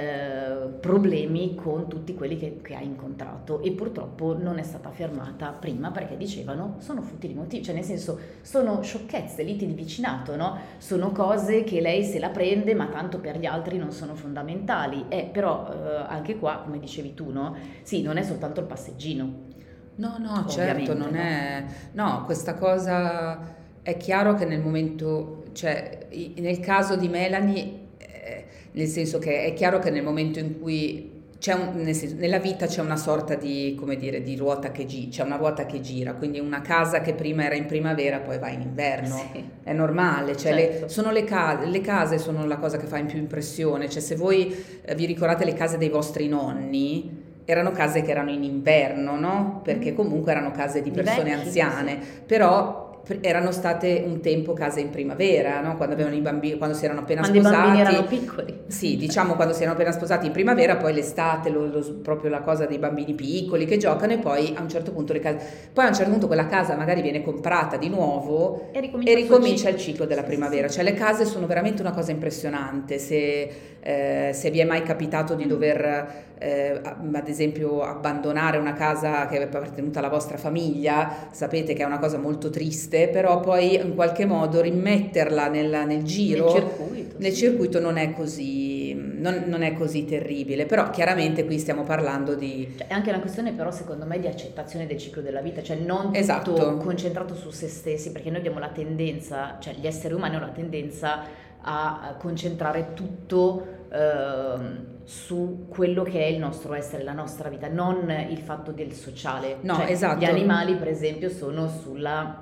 problemi con tutti quelli che ha incontrato, e purtroppo non è stata fermata prima perché dicevano sono futili motivi, cioè nel senso sono sciocchezze, liti di vicinato, no? Sono cose che lei se la prende, ma tanto per gli altri non sono fondamentali. Però anche qua, come dicevi tu, no? Sì, non è soltanto il passeggino. No, certo, non è. No, questa cosa è chiaro che nel momento, cioè nel caso di Melanie, nel senso che è chiaro che nel momento in cui nella vita c'è una sorta di, come dire, di ruota che gira, c'è una ruota che gira, quindi una casa che prima era in primavera poi va in inverno, sì. È normale, cioè certo. le case sono la cosa che fa in più impressione, cioè se voi vi ricordate le case dei vostri nonni, erano case che erano in inverno, no? Perché comunque erano case di persone anziane, però erano state un tempo case in primavera, no? Quando avevano i bambini, quando si erano appena sposati. Quando i bambini erano piccoli. Sì, diciamo quando si erano appena sposati in primavera, poi l'estate, proprio la cosa dei bambini piccoli che giocano, e poi a un certo punto poi a un certo punto quella casa magari viene comprata di nuovo e ricomincia il ciclo della primavera. Cioè le case sono veramente una cosa impressionante. Se vi è mai capitato di dover ad esempio abbandonare una casa che è appartenuta alla vostra famiglia, sapete che è una cosa molto triste, però poi in qualche modo rimetterla nel giro, nel circuito non è così terribile. Però chiaramente qui stiamo parlando di, è anche una questione però secondo me di accettazione del ciclo della vita, cioè non tutto esatto. Concentrato su se stessi, perché noi abbiamo la tendenza, cioè gli esseri umani hanno la tendenza a concentrare tutto su quello che è il nostro essere, la nostra vita, non il fatto del sociale. No, cioè, esatto. Gli animali per esempio sono sulla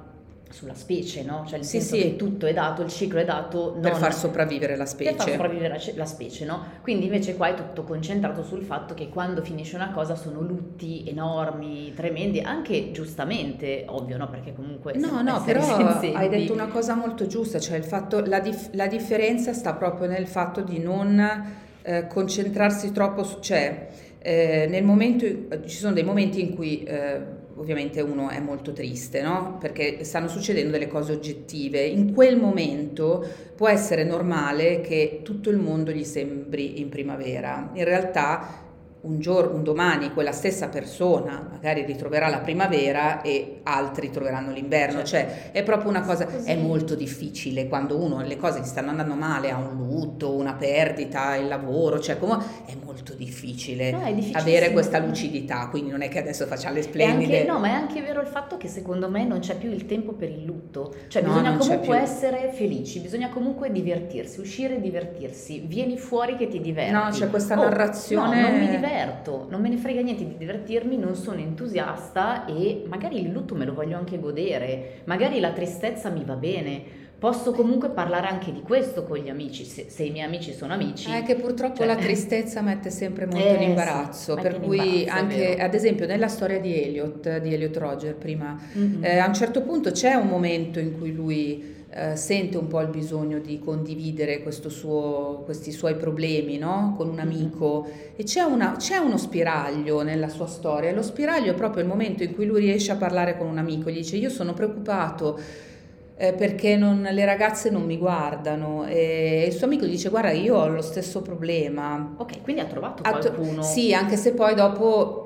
sulla specie, no? Cioè nel Sì, senso sì. che tutto è dato, il ciclo è dato Per non- far sopravvivere la specie. per far sopravvivere la specie, no? Quindi invece qua è tutto concentrato sul fatto che quando finisce una cosa sono lutti enormi, tremendi, anche giustamente, ovvio, no? Perché comunque No, siamo no, esseri però senzienti. hai detto una cosa molto giusta, cioè il fatto, la differenza sta proprio nel fatto di non concentrarsi troppo cioè nel momento, ci sono dei momenti in cui ovviamente uno è molto triste, no? Perché stanno succedendo delle cose oggettive. In quel momento può essere normale che tutto il mondo gli sembri in primavera. In realtà un domani quella stessa persona magari ritroverà la primavera e altri troveranno l'inverno, Certo. cioè è proprio una cosa, Così. è molto difficile quando le cose gli stanno andando male, ha un lutto, una perdita, il lavoro, cioè come è molto difficile No, è difficilissimo. avere questa lucidità, quindi non è che adesso facciamo le E splendide. anche, no, ma è anche vero il fatto che secondo me non c'è più il tempo per il lutto, cioè No, bisogna non c'è comunque più. essere felici, bisogna comunque divertirsi, uscire e divertirsi, vieni fuori che ti diverti. No, c'è questa Oh, narrazione- no, non mi diverto, non me ne frega niente di divertirmi, non sono entusiasta e magari il lutto me lo voglio anche godere, magari la tristezza mi va bene. Posso comunque parlare anche di questo con gli amici, se i miei amici sono amici. È che purtroppo Cioè- la tristezza mette sempre molto in sì, imbarazzo, mette per in cui imbarazzo, è anche vero. ad esempio nella storia di Elliot Roger prima, Mhm. a un certo punto c'è un momento in cui lui sente un po' il bisogno di condividere questi suoi problemi, no? Con un amico, e c'è uno spiraglio nella sua storia. Lo spiraglio è proprio il momento in cui lui riesce a parlare con un amico, gli dice: io sono preoccupato perché le ragazze non mi guardano, e il suo amico gli dice: guarda, io ho lo stesso problema. Ok, quindi ha trovato Ha to- qualcuno. Sì, anche se poi dopo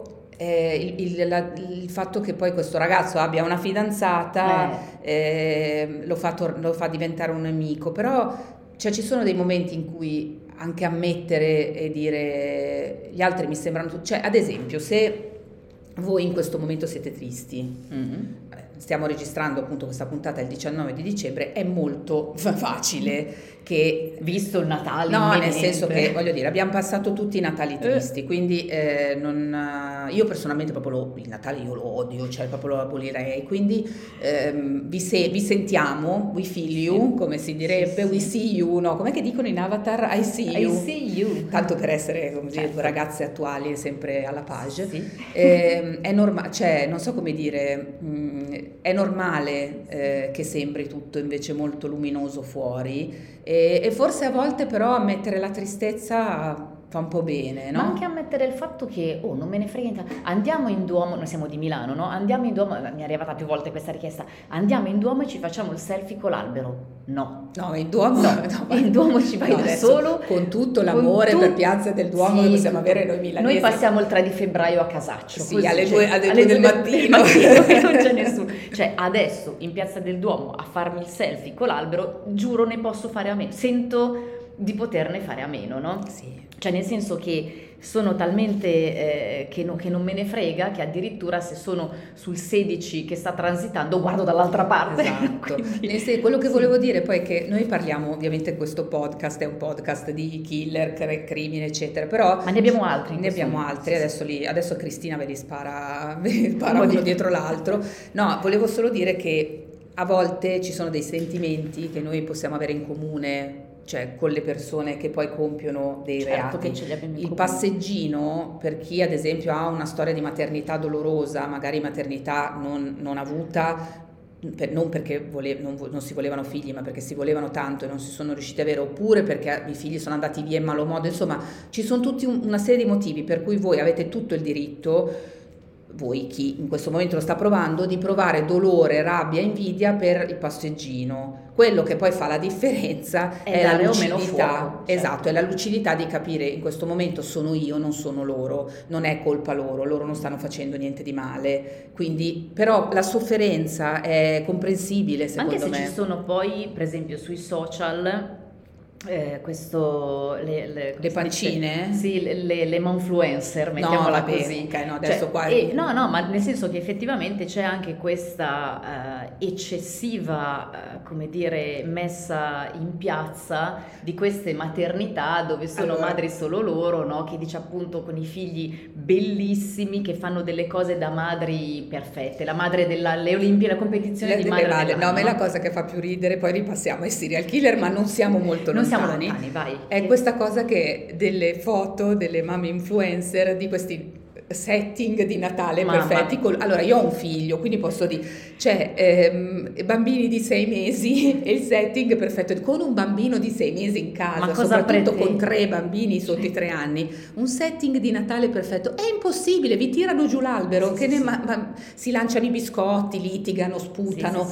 il fatto che poi questo ragazzo abbia una fidanzata lo fa diventare un nemico, però cioè, ci sono dei momenti in cui anche ammettere e dire gli altri mi sembrano cioè, ad esempio, se voi in questo momento siete tristi, Mhm. stiamo registrando appunto questa puntata il 19 di dicembre, è molto facile che Visto il Natale no, nel imminente. senso che voglio dire, abbiamo passato tutti i Natali tristi, quindi io personalmente proprio il Natale io lo odio, cioè proprio lo abolirei, quindi vi sentiamo, we feel you, come si direbbe, Sì, we sì. see you, no? Com'è che dicono in Avatar? I see I you. see you. Tanto per essere come dire, Certo. ragazze attuali sempre alla page. Sì. È normale, cioè non so come dire, è normale che sembri tutto invece molto luminoso fuori, e forse a volte però ammettere la tristezza fa un po' bene, no? Ma anche ammettere il fatto che, non me ne frega niente, andiamo in Duomo, noi siamo di Milano, no? Andiamo in Duomo, mi è arrivata più volte questa richiesta, andiamo in Duomo e ci facciamo il selfie con l'albero. No. No, in Duomo, No, in Duomo ci vai da adesso, solo. con tutto l'amore per Piazza del Duomo che possiamo avere noi milanesi. Noi passiamo il 3 di febbraio a Casaccio. Sì, così, alle cioè, 2 del mattino. che non c'è nessuno. Cioè, adesso in Piazza del Duomo a farmi il selfie con l'albero, giuro ne posso fare a meno. Sento di poterne fare a meno, no? Sì. Cioè nel senso che sono talmente che non me ne frega, che addirittura se sono sul 16 che sta transitando guardo dall'altra parte. Esatto. Quindi, Quello che sì. volevo dire poi è che noi parliamo, ovviamente questo podcast è un podcast di killer, crimine eccetera, però Ma ne abbiamo altri in ne questo abbiamo momento, altri, sì, adesso Cristina ve li spara uno di- dietro l'altro. No, volevo solo dire che a volte ci sono dei sentimenti che noi possiamo avere in comune, cioè con le persone che poi compiono dei Certo reati. che ce li abbiamo in Il comune. passeggino, per chi ad esempio ha una storia di maternità dolorosa, magari maternità non avuta, non perché non si volevano figli, ma perché si volevano tanto e non si sono riusciti a avere, oppure perché i figli sono andati via in malo modo, insomma ci sono tutti una serie di motivi per cui voi avete tutto il diritto, voi chi in questo momento lo sta provando, di provare dolore, rabbia, invidia per il passeggino. Quello che poi fa la differenza È è la dare o meno lucidità, fuoco, certo. esatto, è la lucidità di capire in questo momento sono io, non sono loro, non è colpa loro non stanno facendo niente di male, quindi però la sofferenza è comprensibile secondo Anche se me. ci sono poi, per esempio, sui social Le pancine? Sì, le monfluencer, mettiamola vabbè, così. ok, no, adesso Cioè, qua no, ma nel senso che effettivamente c'è anche questa eccessiva, come dire, messa in piazza di queste maternità dove sono madri solo loro, no? Che dice appunto con i figli bellissimi che fanno delle cose da madri perfette, la madre delle Olimpiadi, la competizione di madre dell'anno. No, a me la cosa che fa più ridere, poi ripassiamo ai serial killer, ma non siamo molto non lontani. Siamo lontani, vai. È questa cosa che delle foto delle mamme influencer di questi setting di Natale perfetti. Allora, io ho un figlio, quindi posso dire, bambini di 6 mesi e il setting perfetto, con un bambino di 6 mesi in casa, soprattutto con 3 bambini sotto i 3 anni, un setting di Natale perfetto, è impossibile, vi tirano giù l'albero, si lanciano i biscotti, litigano, sputano,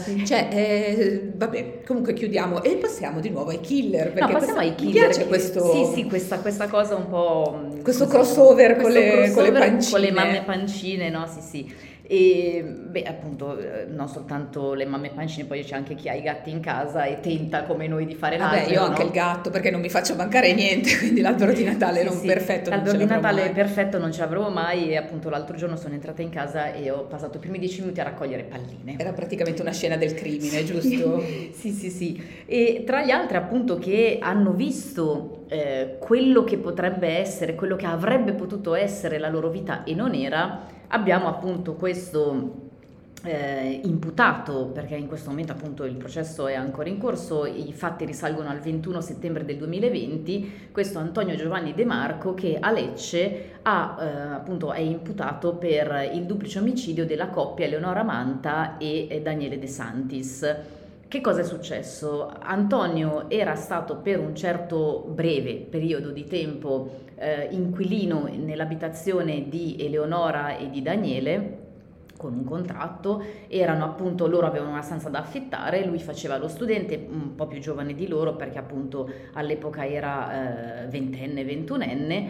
vabbè, comunque chiudiamo e passiamo di nuovo ai killer, perché passiamo ai killer. Mi piace questo... Sì, questa cosa un po'... Questo crossover con le pancine. Con le mamme pancine, no? Sì. E appunto non soltanto le mamme pancine, poi c'è anche chi ha i gatti in casa e tenta come noi di fare l'albero. Io ho anche il gatto, perché non mi faccio mancare niente, quindi l'albero di Natale perfetto. L'albero di Natale perfetto non ce l'avremo mai, e appunto l'altro giorno sono entrata in casa e ho passato i primi 10 minuti a raccogliere palline. Era praticamente una scena del crimine, giusto? Sì. E tra gli altri appunto che hanno visto quello che potrebbe essere, quello che avrebbe potuto essere la loro vita e non era, abbiamo appunto questo imputato, perché in questo momento appunto il processo è ancora in corso, i fatti risalgono al 21 settembre del 2020, questo Antonio Giovanni De Marco, che a Lecce appunto è imputato per il duplice omicidio della coppia Eleonora Manta e Daniele De Santis. Che cosa è successo? Antonio era stato per un certo breve periodo di tempo inquilino nell'abitazione di Eleonora e di Daniele con un contratto, loro avevano una stanza da affittare, lui faceva lo studente, un po' più giovane di loro perché appunto all'epoca era 21enne,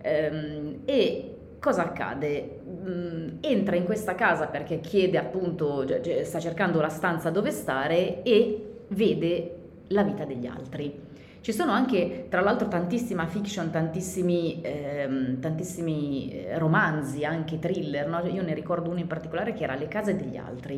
e cosa accade? Entra in questa casa perché chiede appunto, sta cercando la stanza dove stare e vede la vita degli altri. Ci sono anche, tra l'altro, tantissima fiction, tantissimi romanzi, anche thriller, no? Io ne ricordo uno in particolare che era Le case degli altri.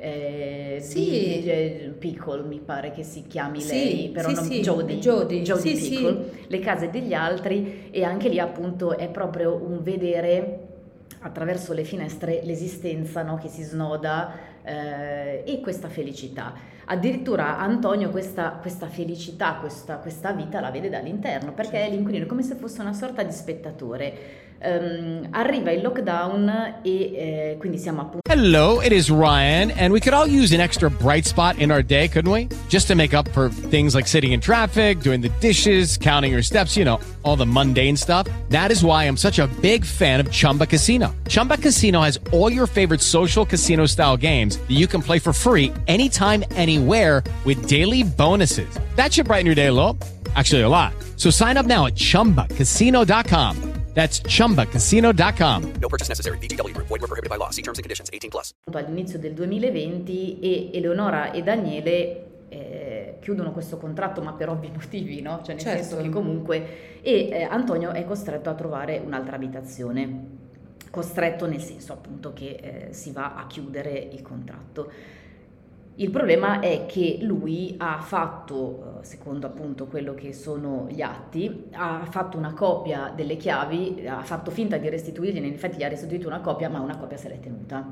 Pickle mi pare che si chiami lei, però Jodie Pickle. Le case degli altri, e anche lì appunto è proprio un vedere attraverso le finestre l'esistenza, no, che si snoda, e questa felicità. Addirittura Antonio questa felicità, questa vita la vede dall'interno, perché è l'inquilino, come se fosse una sorta di spettatore. Arriva il lockdown e quindi siamo appunto... Hello, it is Ryan, and we could all use an extra bright spot in our day, couldn't we? Just to make up for things like sitting in traffic, doing the dishes, counting your steps, all the mundane stuff. That is why I'm such a big fan of Chumba Casino. Chumba Casino has all your favorite social casino-style games that you can play for free anytime, anywhere with daily bonuses. That should brighten your day a little. Actually, a lot. So sign up now at ChumbaCasino.com. That's ChumbaCasino.com. No purchase necessary. VGW Group. Void where prohibited by law. See terms and conditions. 18+. All'inizio del 2020 e Eleonora e Daniele chiudono questo contratto, ma per ovvi motivi, no? Cioè nel senso che comunque Antonio è costretto a trovare un'altra abitazione. Costretto nel senso appunto che si va a chiudere il contratto. Il problema è che lui ha fatto, secondo appunto quello che sono gli atti, ha fatto una copia delle chiavi, ha fatto finta di restituirgliene, in effetti gli ha restituito una copia, ma una copia se l'è tenuta.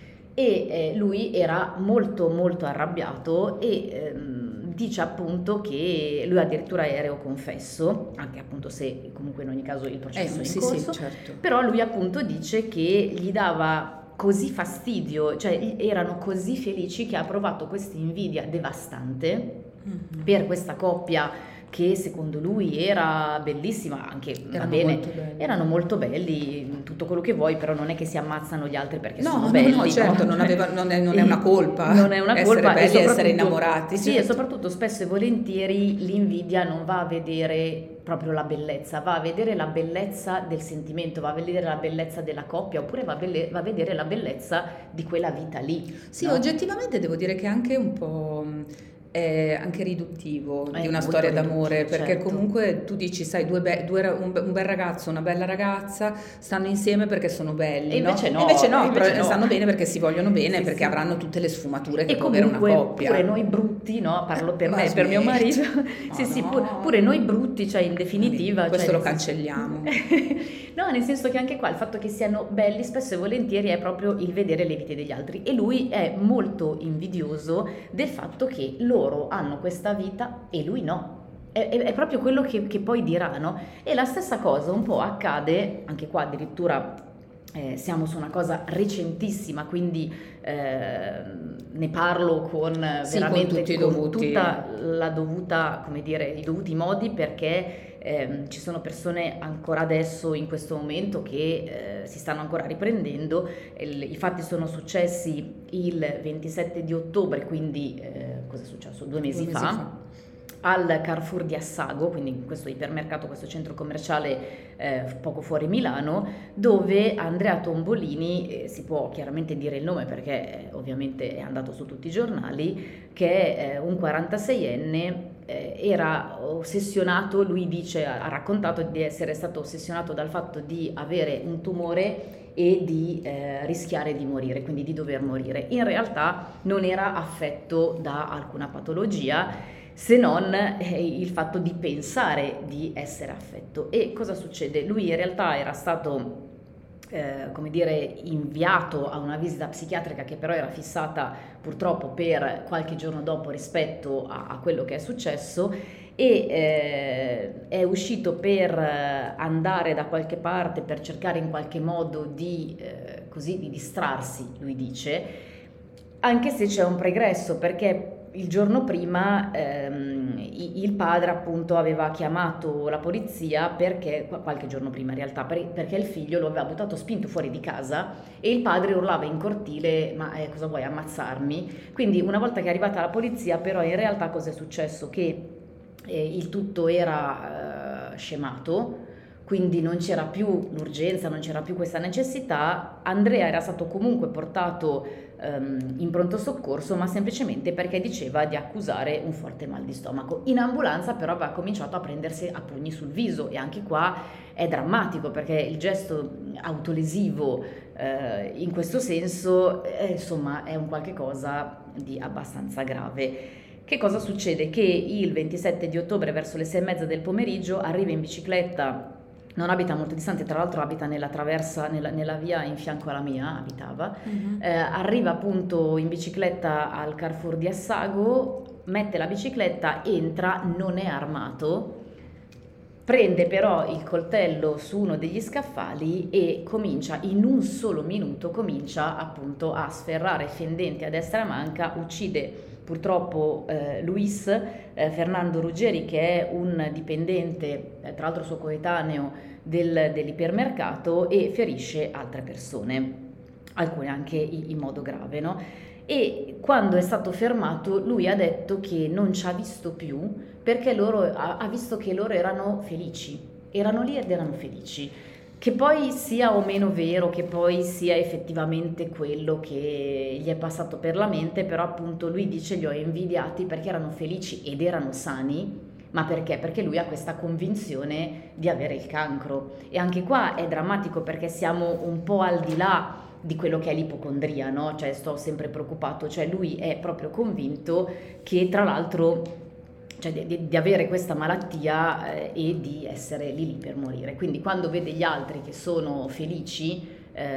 E lui era molto molto arrabbiato e dice appunto che lui addirittura è reo confesso, anche appunto se comunque in ogni caso il processo è in corso, certo. Però lui appunto dice che gli dava così fastidio, cioè erano così felici che ha provato questa invidia devastante per questa coppia che secondo lui era bellissima, anche erano molto belli, tutto quello che vuoi, però non è che si ammazzano gli altri perché sono belli. No, certo, non è una colpa. Non è una colpa essere belli e essere innamorati. Sì, e soprattutto spesso e volentieri l'invidia non va a vedere proprio la bellezza, va a vedere la bellezza del sentimento, va a vedere la bellezza della coppia, oppure va a vedere la bellezza di quella vita lì. Sì, no? Oggettivamente devo dire che anche un po' è anche riduttivo È di una molto storia d'amore, riduttivo, perché certo. comunque tu dici, sai, un bel ragazzo, una bella ragazza stanno insieme perché sono belli, E invece no? no, E invece no, invece no. stanno bene perché si vogliono bene, Sì, perché sì. avranno tutte le sfumature che E può avere una comunque coppia. pure noi brutti, no? Parlo per Ma me e per mio smetti. marito. Sì, Ma sì, no. pure noi brutti, cioè in definitiva. Questo cioè, lo nel senso- cancelliamo. No, nel senso che anche qua il fatto che siano belli spesso e volentieri è proprio il vedere le vite degli altri, e lui è molto invidioso del fatto che loro hanno questa vita e lui no. È proprio quello che poi dirà, no? E la stessa cosa un po' accade, anche qua addirittura siamo su una cosa recentissima, quindi ne parlo con Sì, veramente con tutti i con dovuti. tutta la dovuta, come dire, i dovuti modi, perché ci sono persone ancora adesso in questo momento che si stanno ancora riprendendo. I fatti sono successi il 27 di ottobre, quindi cosa è successo? 2 mesi fa, al Carrefour di Assago, quindi in questo ipermercato, questo centro commerciale poco fuori Milano, dove Andrea Tombolini, si può chiaramente dire il nome perché ovviamente è andato su tutti i giornali, che è un 46enne, era ossessionato, lui dice, ha raccontato di essere stato ossessionato dal fatto di avere un tumore e di rischiare di morire, quindi di dover morire. In realtà non era affetto da alcuna patologia, se non il fatto di pensare di essere affetto. E cosa succede? Lui in realtà era stato come dire, inviato a una visita psichiatrica che però era fissata purtroppo per qualche giorno dopo rispetto a quello che è successo, e è uscito per andare da qualche parte per cercare in qualche modo di distrarsi, lui dice, anche se c'è un pregresso, perché il giorno prima il padre appunto aveva chiamato la polizia, perché qualche giorno prima in realtà, perché il figlio lo aveva buttato spinto fuori di casa e il padre urlava in cortile: ma cosa vuoi, ammazzarmi? Quindi una volta che è arrivata la polizia, però in realtà cosa è successo? Che il tutto era scemato, quindi non c'era più l'urgenza, non c'era più questa necessità. Andrea era stato comunque portato in pronto soccorso, ma semplicemente perché diceva di accusare un forte mal di stomaco. In ambulanza però aveva cominciato a prendersi a pugni sul viso, e anche qua è drammatico perché il gesto autolesivo in questo senso insomma è un qualche cosa di abbastanza grave. Che cosa succede? Che il 27 di ottobre verso le 6:30 del pomeriggio arriva in bicicletta. Non abita molto distante, tra l'altro abita nella traversa, nella via in fianco alla mia, abitava. Arriva appunto in bicicletta al Carrefour di Assago, mette la bicicletta, entra, non è armato, prende però il coltello su uno degli scaffali e comincia, in un solo minuto, comincia appunto a sferrare fendenti a destra e a manca, uccide purtroppo Luis Fernando Ruggeri, che è un dipendente, tra l'altro suo coetaneo dell'ipermercato, e ferisce altre persone, alcune anche in modo grave, no? E quando è stato fermato lui ha detto che non ci ha visto più perché ha visto che loro erano felici, erano lì ed erano felici. Che poi sia o meno vero, che poi sia effettivamente quello che gli è passato per la mente, però appunto lui dice: li ho invidiati perché erano felici ed erano sani. Ma perché? Perché lui ha questa convinzione di avere il cancro. E anche qua è drammatico perché siamo un po' al di là di quello che è l'ipocondria, no? Cioè sto sempre preoccupato, cioè lui è proprio convinto che tra l'altro, cioè di avere questa malattia e di essere lì per morire. Quindi quando vede gli altri che sono felici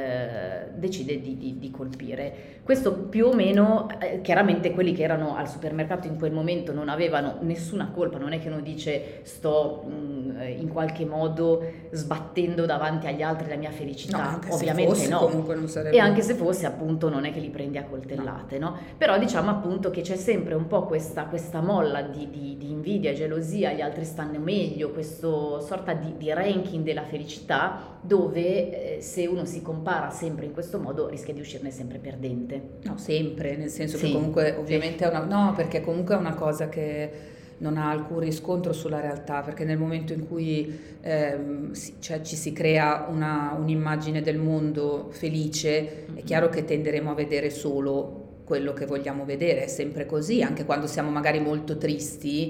decide di colpire. Questo più o meno, chiaramente quelli che erano al supermercato in quel momento non avevano nessuna colpa, non è che uno dice sto in qualche modo sbattendo davanti agli altri la mia felicità, No, anche ovviamente se fosse, no, comunque non sarebbe... e anche se fosse appunto non è che li prendi a coltellate, no? Però diciamo appunto che c'è sempre un po' questa molla di invidia e gelosia, gli altri stanno meglio, questo sorta di ranking della felicità, dove se uno si compara sempre in questo modo rischia di uscirne sempre perdente. No, sempre, nel senso Sì, che comunque ovviamente sì. è no, perché comunque è una cosa che non ha alcun riscontro sulla realtà, perché nel momento in cui ci si crea un'immagine del mondo felice, è chiaro che tenderemo a vedere solo quello che vogliamo vedere, è sempre così, anche quando siamo magari molto tristi.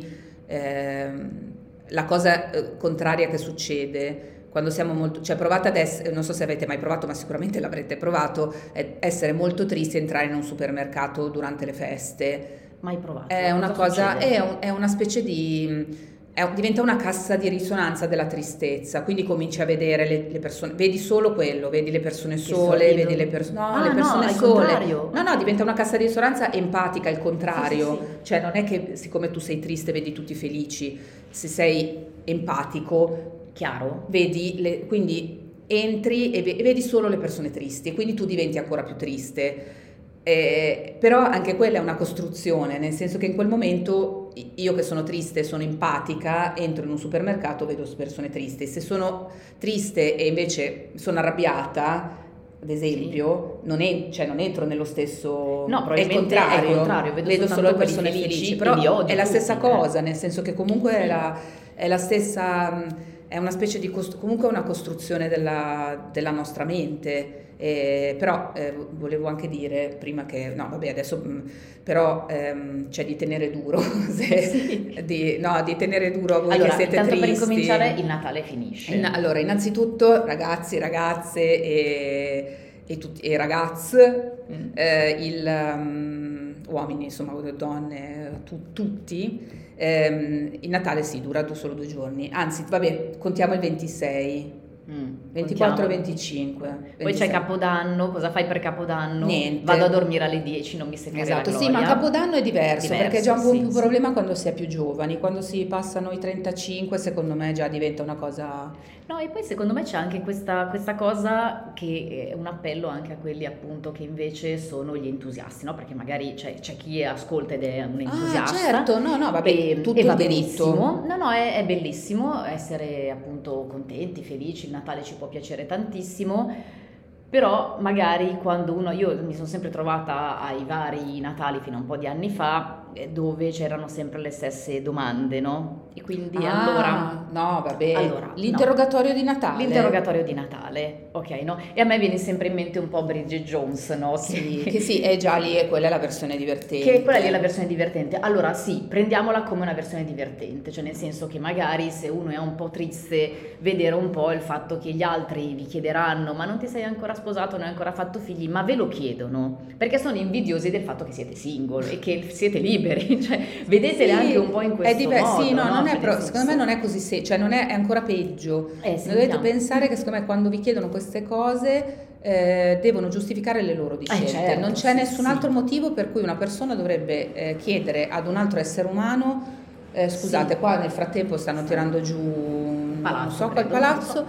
La cosa contraria che succede quando siamo molto, cioè provate ad essere, non so se avete mai provato, ma sicuramente l'avrete provato, essere molto tristi e entrare in un supermercato durante le feste. Mai provato. È una cosa, succede? è una specie di, diventa una cassa di risonanza della tristezza, quindi cominci a vedere le persone, vedi solo quello, vedi le persone sole, sorridono. vedi le persone, no, Ah, le persone no, al sole. contrario. No, diventa una cassa di risonanza empatica, il contrario. Sì, sì, sì. Cioè non è che siccome tu sei triste vedi tutti felici, se sei empatico Chiaro? vedi quindi entri e vedi solo le persone tristi e quindi tu diventi ancora più triste. Però anche quella è una costruzione, nel senso che in quel momento io che sono triste, sono empatica, entro in un supermercato, vedo persone tristi. Se sono triste e invece sono arrabbiata, ad esempio, non entro nello stesso. No, probabilmente è il contrario, vedo vedo soltanto solo quelli persone felici felici, e però li odio è la tutti, stessa cosa, nel senso che comunque Sì. è la stessa. È una specie di comunque una costruzione della nostra mente. Però volevo anche dire prima che no vabbè adesso però c'è di tenere duro di tenere duro a voi Allora, che siete intanto tristi. per incominciare il Natale finisce. Allora innanzitutto ragazzi, ragazze e ragazzi uomini insomma donne tutti il Natale sì dura solo 2 giorni, anzi vabbè contiamo il 26 24 e 25. Poi 26. c'è Capodanno, cosa fai per Capodanno? Niente. Vado a dormire alle 10, non mi seccare Esatto, la sì, gloria. ma Capodanno è diverso perché è già un po' sì, più sì. problema quando si è più giovani, quando si passano i 35 secondo me già diventa una cosa. No, e poi secondo me c'è anche questa cosa che è un appello anche a quelli appunto che invece sono gli entusiasti, no? Perché magari c'è chi ascolta ed è un entusiasta. Certo, no, vabbè, tutto e va il diritto. benissimo. No, è bellissimo essere appunto contenti, felici, il Natale ci può piacere tantissimo. Però magari io mi sono sempre trovata ai vari Natali fino a un po' di anni fa dove c'erano sempre le stesse domande, no? E quindi allora... No, vabbè, Allora, l'interrogatorio di Natale. L'interrogatorio di Natale, ok, no? E a me viene sempre in mente un po' Bridget Jones, no? Che sì, è già lì, e quella è la versione divertente. Che quella lì è la versione divertente. Allora sì, prendiamola come una versione divertente, cioè nel senso che magari se uno è un po' triste, vedere un po' il fatto che gli altri vi chiederanno ma non ti sei ancora sposato, non hai ancora fatto figli, ma ve lo chiedono, perché sono invidiosi del fatto che siete single e che siete liberi, cioè vedetele anche un po' in questo modo. Sì, no, non è Cioè, secondo me non è così, cioè non è ancora peggio. Sentiamo. Dovete pensare che secondo me quando vi chiedono queste cose devono giustificare le loro scelte. Certo, Non c'è nessun sì. altro motivo per cui una persona dovrebbe chiedere ad un altro essere umano scusate, Sì. qua nel frattempo stanno tirando giù Palazzo, non so qual credo, palazzo,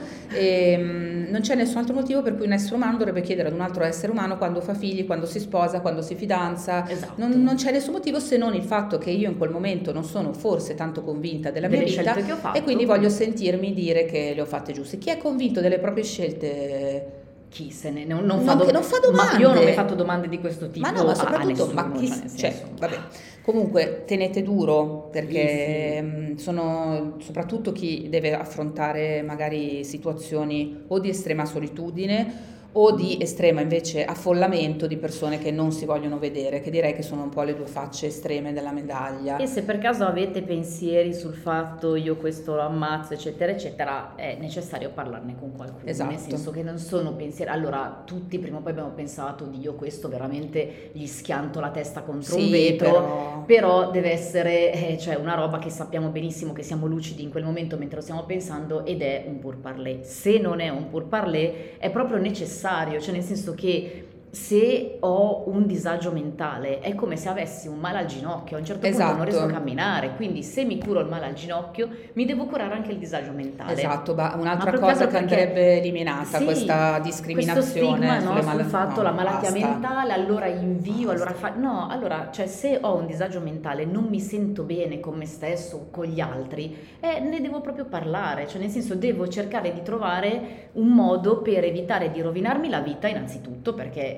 non c'è nessun altro motivo per cui un essere umano dovrebbe chiedere ad un altro essere umano quando fa figli, quando si sposa, quando si fidanza. Esatto. Non c'è nessun motivo se non il fatto che io in quel momento non sono forse tanto convinta della mia Delle vita scelte che ho fatto. e quindi voglio sentirmi dire che le ho fatte giuste. Chi è convinto delle proprie scelte? Chi se ne Non fa domande. Ma io non mi ho fatto domande di questo tipo. Ma no, ma a soprattutto, nessuno, ma chi, cioè, nel senso. vabbè. Comunque tenete duro perché sono soprattutto chi deve affrontare magari situazioni o di estrema solitudine o di estrema invece affollamento di persone che non si vogliono vedere, che direi che sono un po' le 2 facce estreme della medaglia. E se per caso avete pensieri sul fatto io questo lo ammazzo eccetera eccetera, è necessario parlarne con qualcuno, Esatto. nel senso che non sono pensieri, allora tutti prima o poi abbiamo pensato di io questo veramente gli schianto la testa contro un vetro, però deve essere cioè una roba che sappiamo benissimo che siamo lucidi in quel momento mentre lo stiamo pensando ed è un pourparlers. Se non è un pourparlers è proprio necessario, cioè nel senso che se ho un disagio mentale è come se avessi un male al ginocchio, a un certo punto non riesco a camminare, quindi se mi curo il male al ginocchio mi devo curare anche il disagio mentale. Esatto, un'altra cosa che andrebbe eliminata, sì, questa discriminazione questo stigma sul fatto la malattia basta. mentale, allora invio, allora cioè se ho un disagio mentale non mi sento bene con me stesso o con gli altri, ne devo proprio parlare, cioè nel senso devo cercare di trovare un modo per evitare di rovinarmi la vita innanzitutto, perché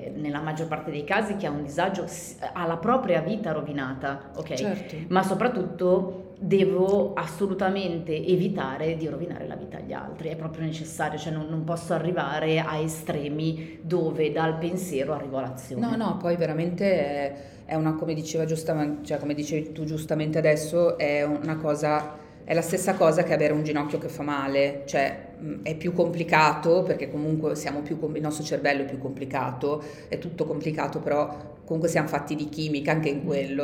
nella maggior parte dei casi chi ha un disagio ha la propria vita rovinata, ok? Certo. Ma soprattutto devo assolutamente evitare di rovinare la vita agli altri, è proprio necessario, cioè non posso arrivare a estremi dove dal pensiero arrivo all'azione. No, poi veramente è una, come diceva giustamente, cioè come dicevi tu giustamente adesso, è una cosa, è la stessa cosa che avere un ginocchio che fa male, cioè è più complicato perché comunque il nostro cervello è più complicato, è tutto complicato, però comunque siamo fatti di chimica anche in quello,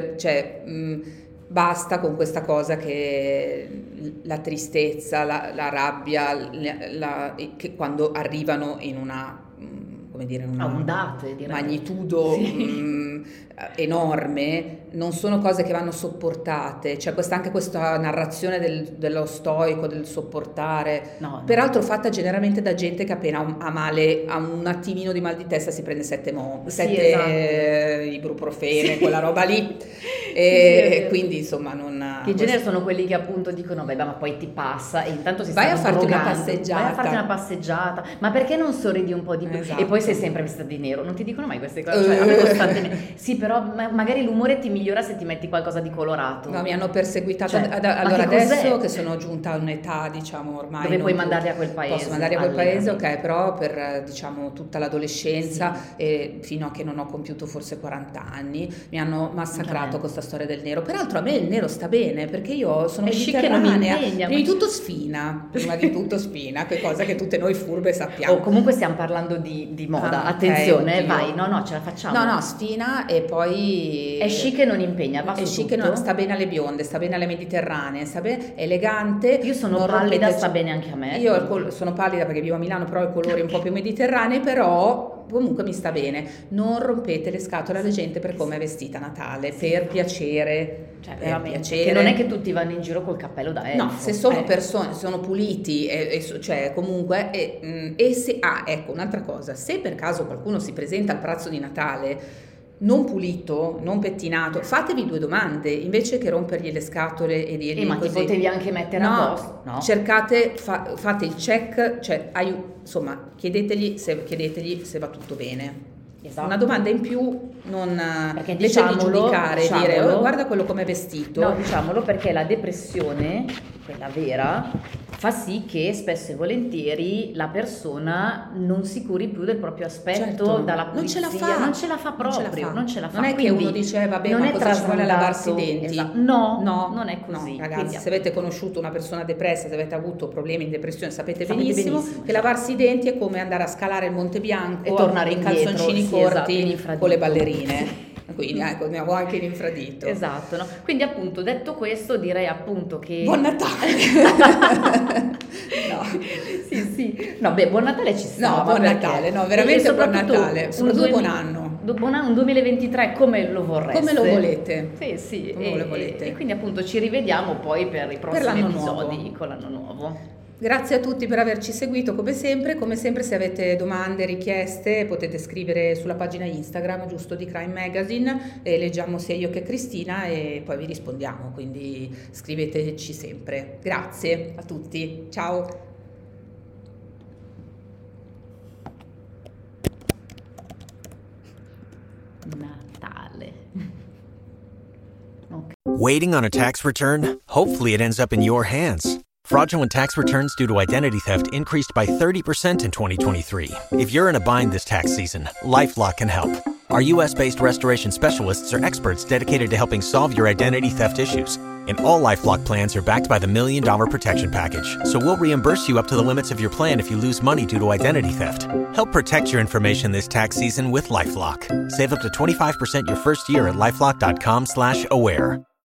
basta con questa cosa che la tristezza, la rabbia, che quando arrivano in una, come dire, una ondate, direi, magnitudo enorme, non sono cose che vanno sopportate, c'è anche questa narrazione dello stoico, del sopportare, peraltro fatta generalmente da gente che appena ha male, ha un attimino di mal di testa, si prende 7 ibuprofene, quella roba lì, e quindi insomma che in genere sono quelli che appunto dicono beh, ma poi ti passa, e intanto vai a farti una passeggiata, ma perché non sorridi un po' di più? Esatto. E poi sei sempre vestita di nero, non ti dicono mai queste cose, cioè, a me costantemente sì, però magari l'umore ti migliora se ti metti qualcosa di colorato. No, mi hanno perseguitata, allora adesso che sono giunta a un'età, diciamo, ormai dove puoi mandarli a quel paese, posso mandarli a quel paese, ok, però per diciamo tutta l'adolescenza e fino a che non ho compiuto forse 40 anni mi hanno massacrato questa storia del nero. Peraltro a me il nero sta bene perché io sono mediterranea, prima di tutto sfina, che cosa che tutte noi furbe sappiamo. Comunque stiamo parlando di moda, attenzione, vai, no, ce la facciamo. No, sfina, e poi è chic e non impegna, va su tutto. È chic e sta bene alle bionde, sta bene alle mediterranee, sta bene, è elegante. Io sono pallida, sta bene anche a me. Io sono pallida perché vivo a Milano, però ho i colori un po' più mediterranei, però comunque mi sta bene. Non rompete le scatole alla gente per come è vestita a Natale, per piacere, cioè veramente, che non è che tutti vanno in giro col cappello da elfo. No, se sono persone, sono puliti, cioè comunque, e se ecco un'altra cosa, se per caso qualcuno si presenta al pranzo di Natale non pulito, non pettinato, fatevi 2 domande invece che rompergli le scatole e dirgli ma così. ti potevi anche mettere a posto, no? Cercate, fate il check, cioè insomma chiedetegli se va tutto bene. Esatto. Una domanda in più, non perché invece di giudicare, dire guarda quello come è vestito. No, diciamolo, perché la depressione, quella vera, fa sì che spesso e volentieri la persona non si curi più del proprio aspetto, dalla pulizia, non ce la fa proprio. Non è che uno dice vabbè, ma cosa ci vuole lavarsi i denti? Esatto. No, non è così. No, ragazzi, se avete conosciuto una persona depressa, se avete avuto problemi in depressione, sapete benissimo che lavarsi i denti è come andare a scalare il Monte Bianco e tornare in indietro, calzoncini corti, con le ballerine. Quindi andiamo anche in infradito. Esatto, no? Quindi appunto, detto questo, direi appunto che buon Natale. No. Sì. No, buon Natale ci sta. No, buon Natale, no, veramente buon Natale, soprattutto buon anno. Un 2023 come lo vorreste. Come lo volete. Sì. Come lo volete. E quindi appunto ci rivediamo poi per i prossimi episodi con l'anno nuovo. Grazie a tutti per averci seguito come sempre se avete domande, richieste potete scrivere sulla pagina Instagram giusto di Crime Magazine e leggiamo sia io che Cristina e poi vi rispondiamo, quindi scriveteci sempre. Grazie a tutti, ciao! Natale. Okay. Waiting on a tax return? Hopefully it ends up in your hands. Fraudulent tax returns due to identity theft increased by 30% in 2023. If you're in a bind this tax season, LifeLock can help. Our U.S.-based restoration specialists are experts dedicated to helping solve your identity theft issues. And all LifeLock plans are backed by the $1 Million Protection Package. So we'll reimburse you up to the limits of your plan if you lose money due to identity theft. Help protect your information this tax season with LifeLock. Save up to 25% your first year at LifeLock.com/aware.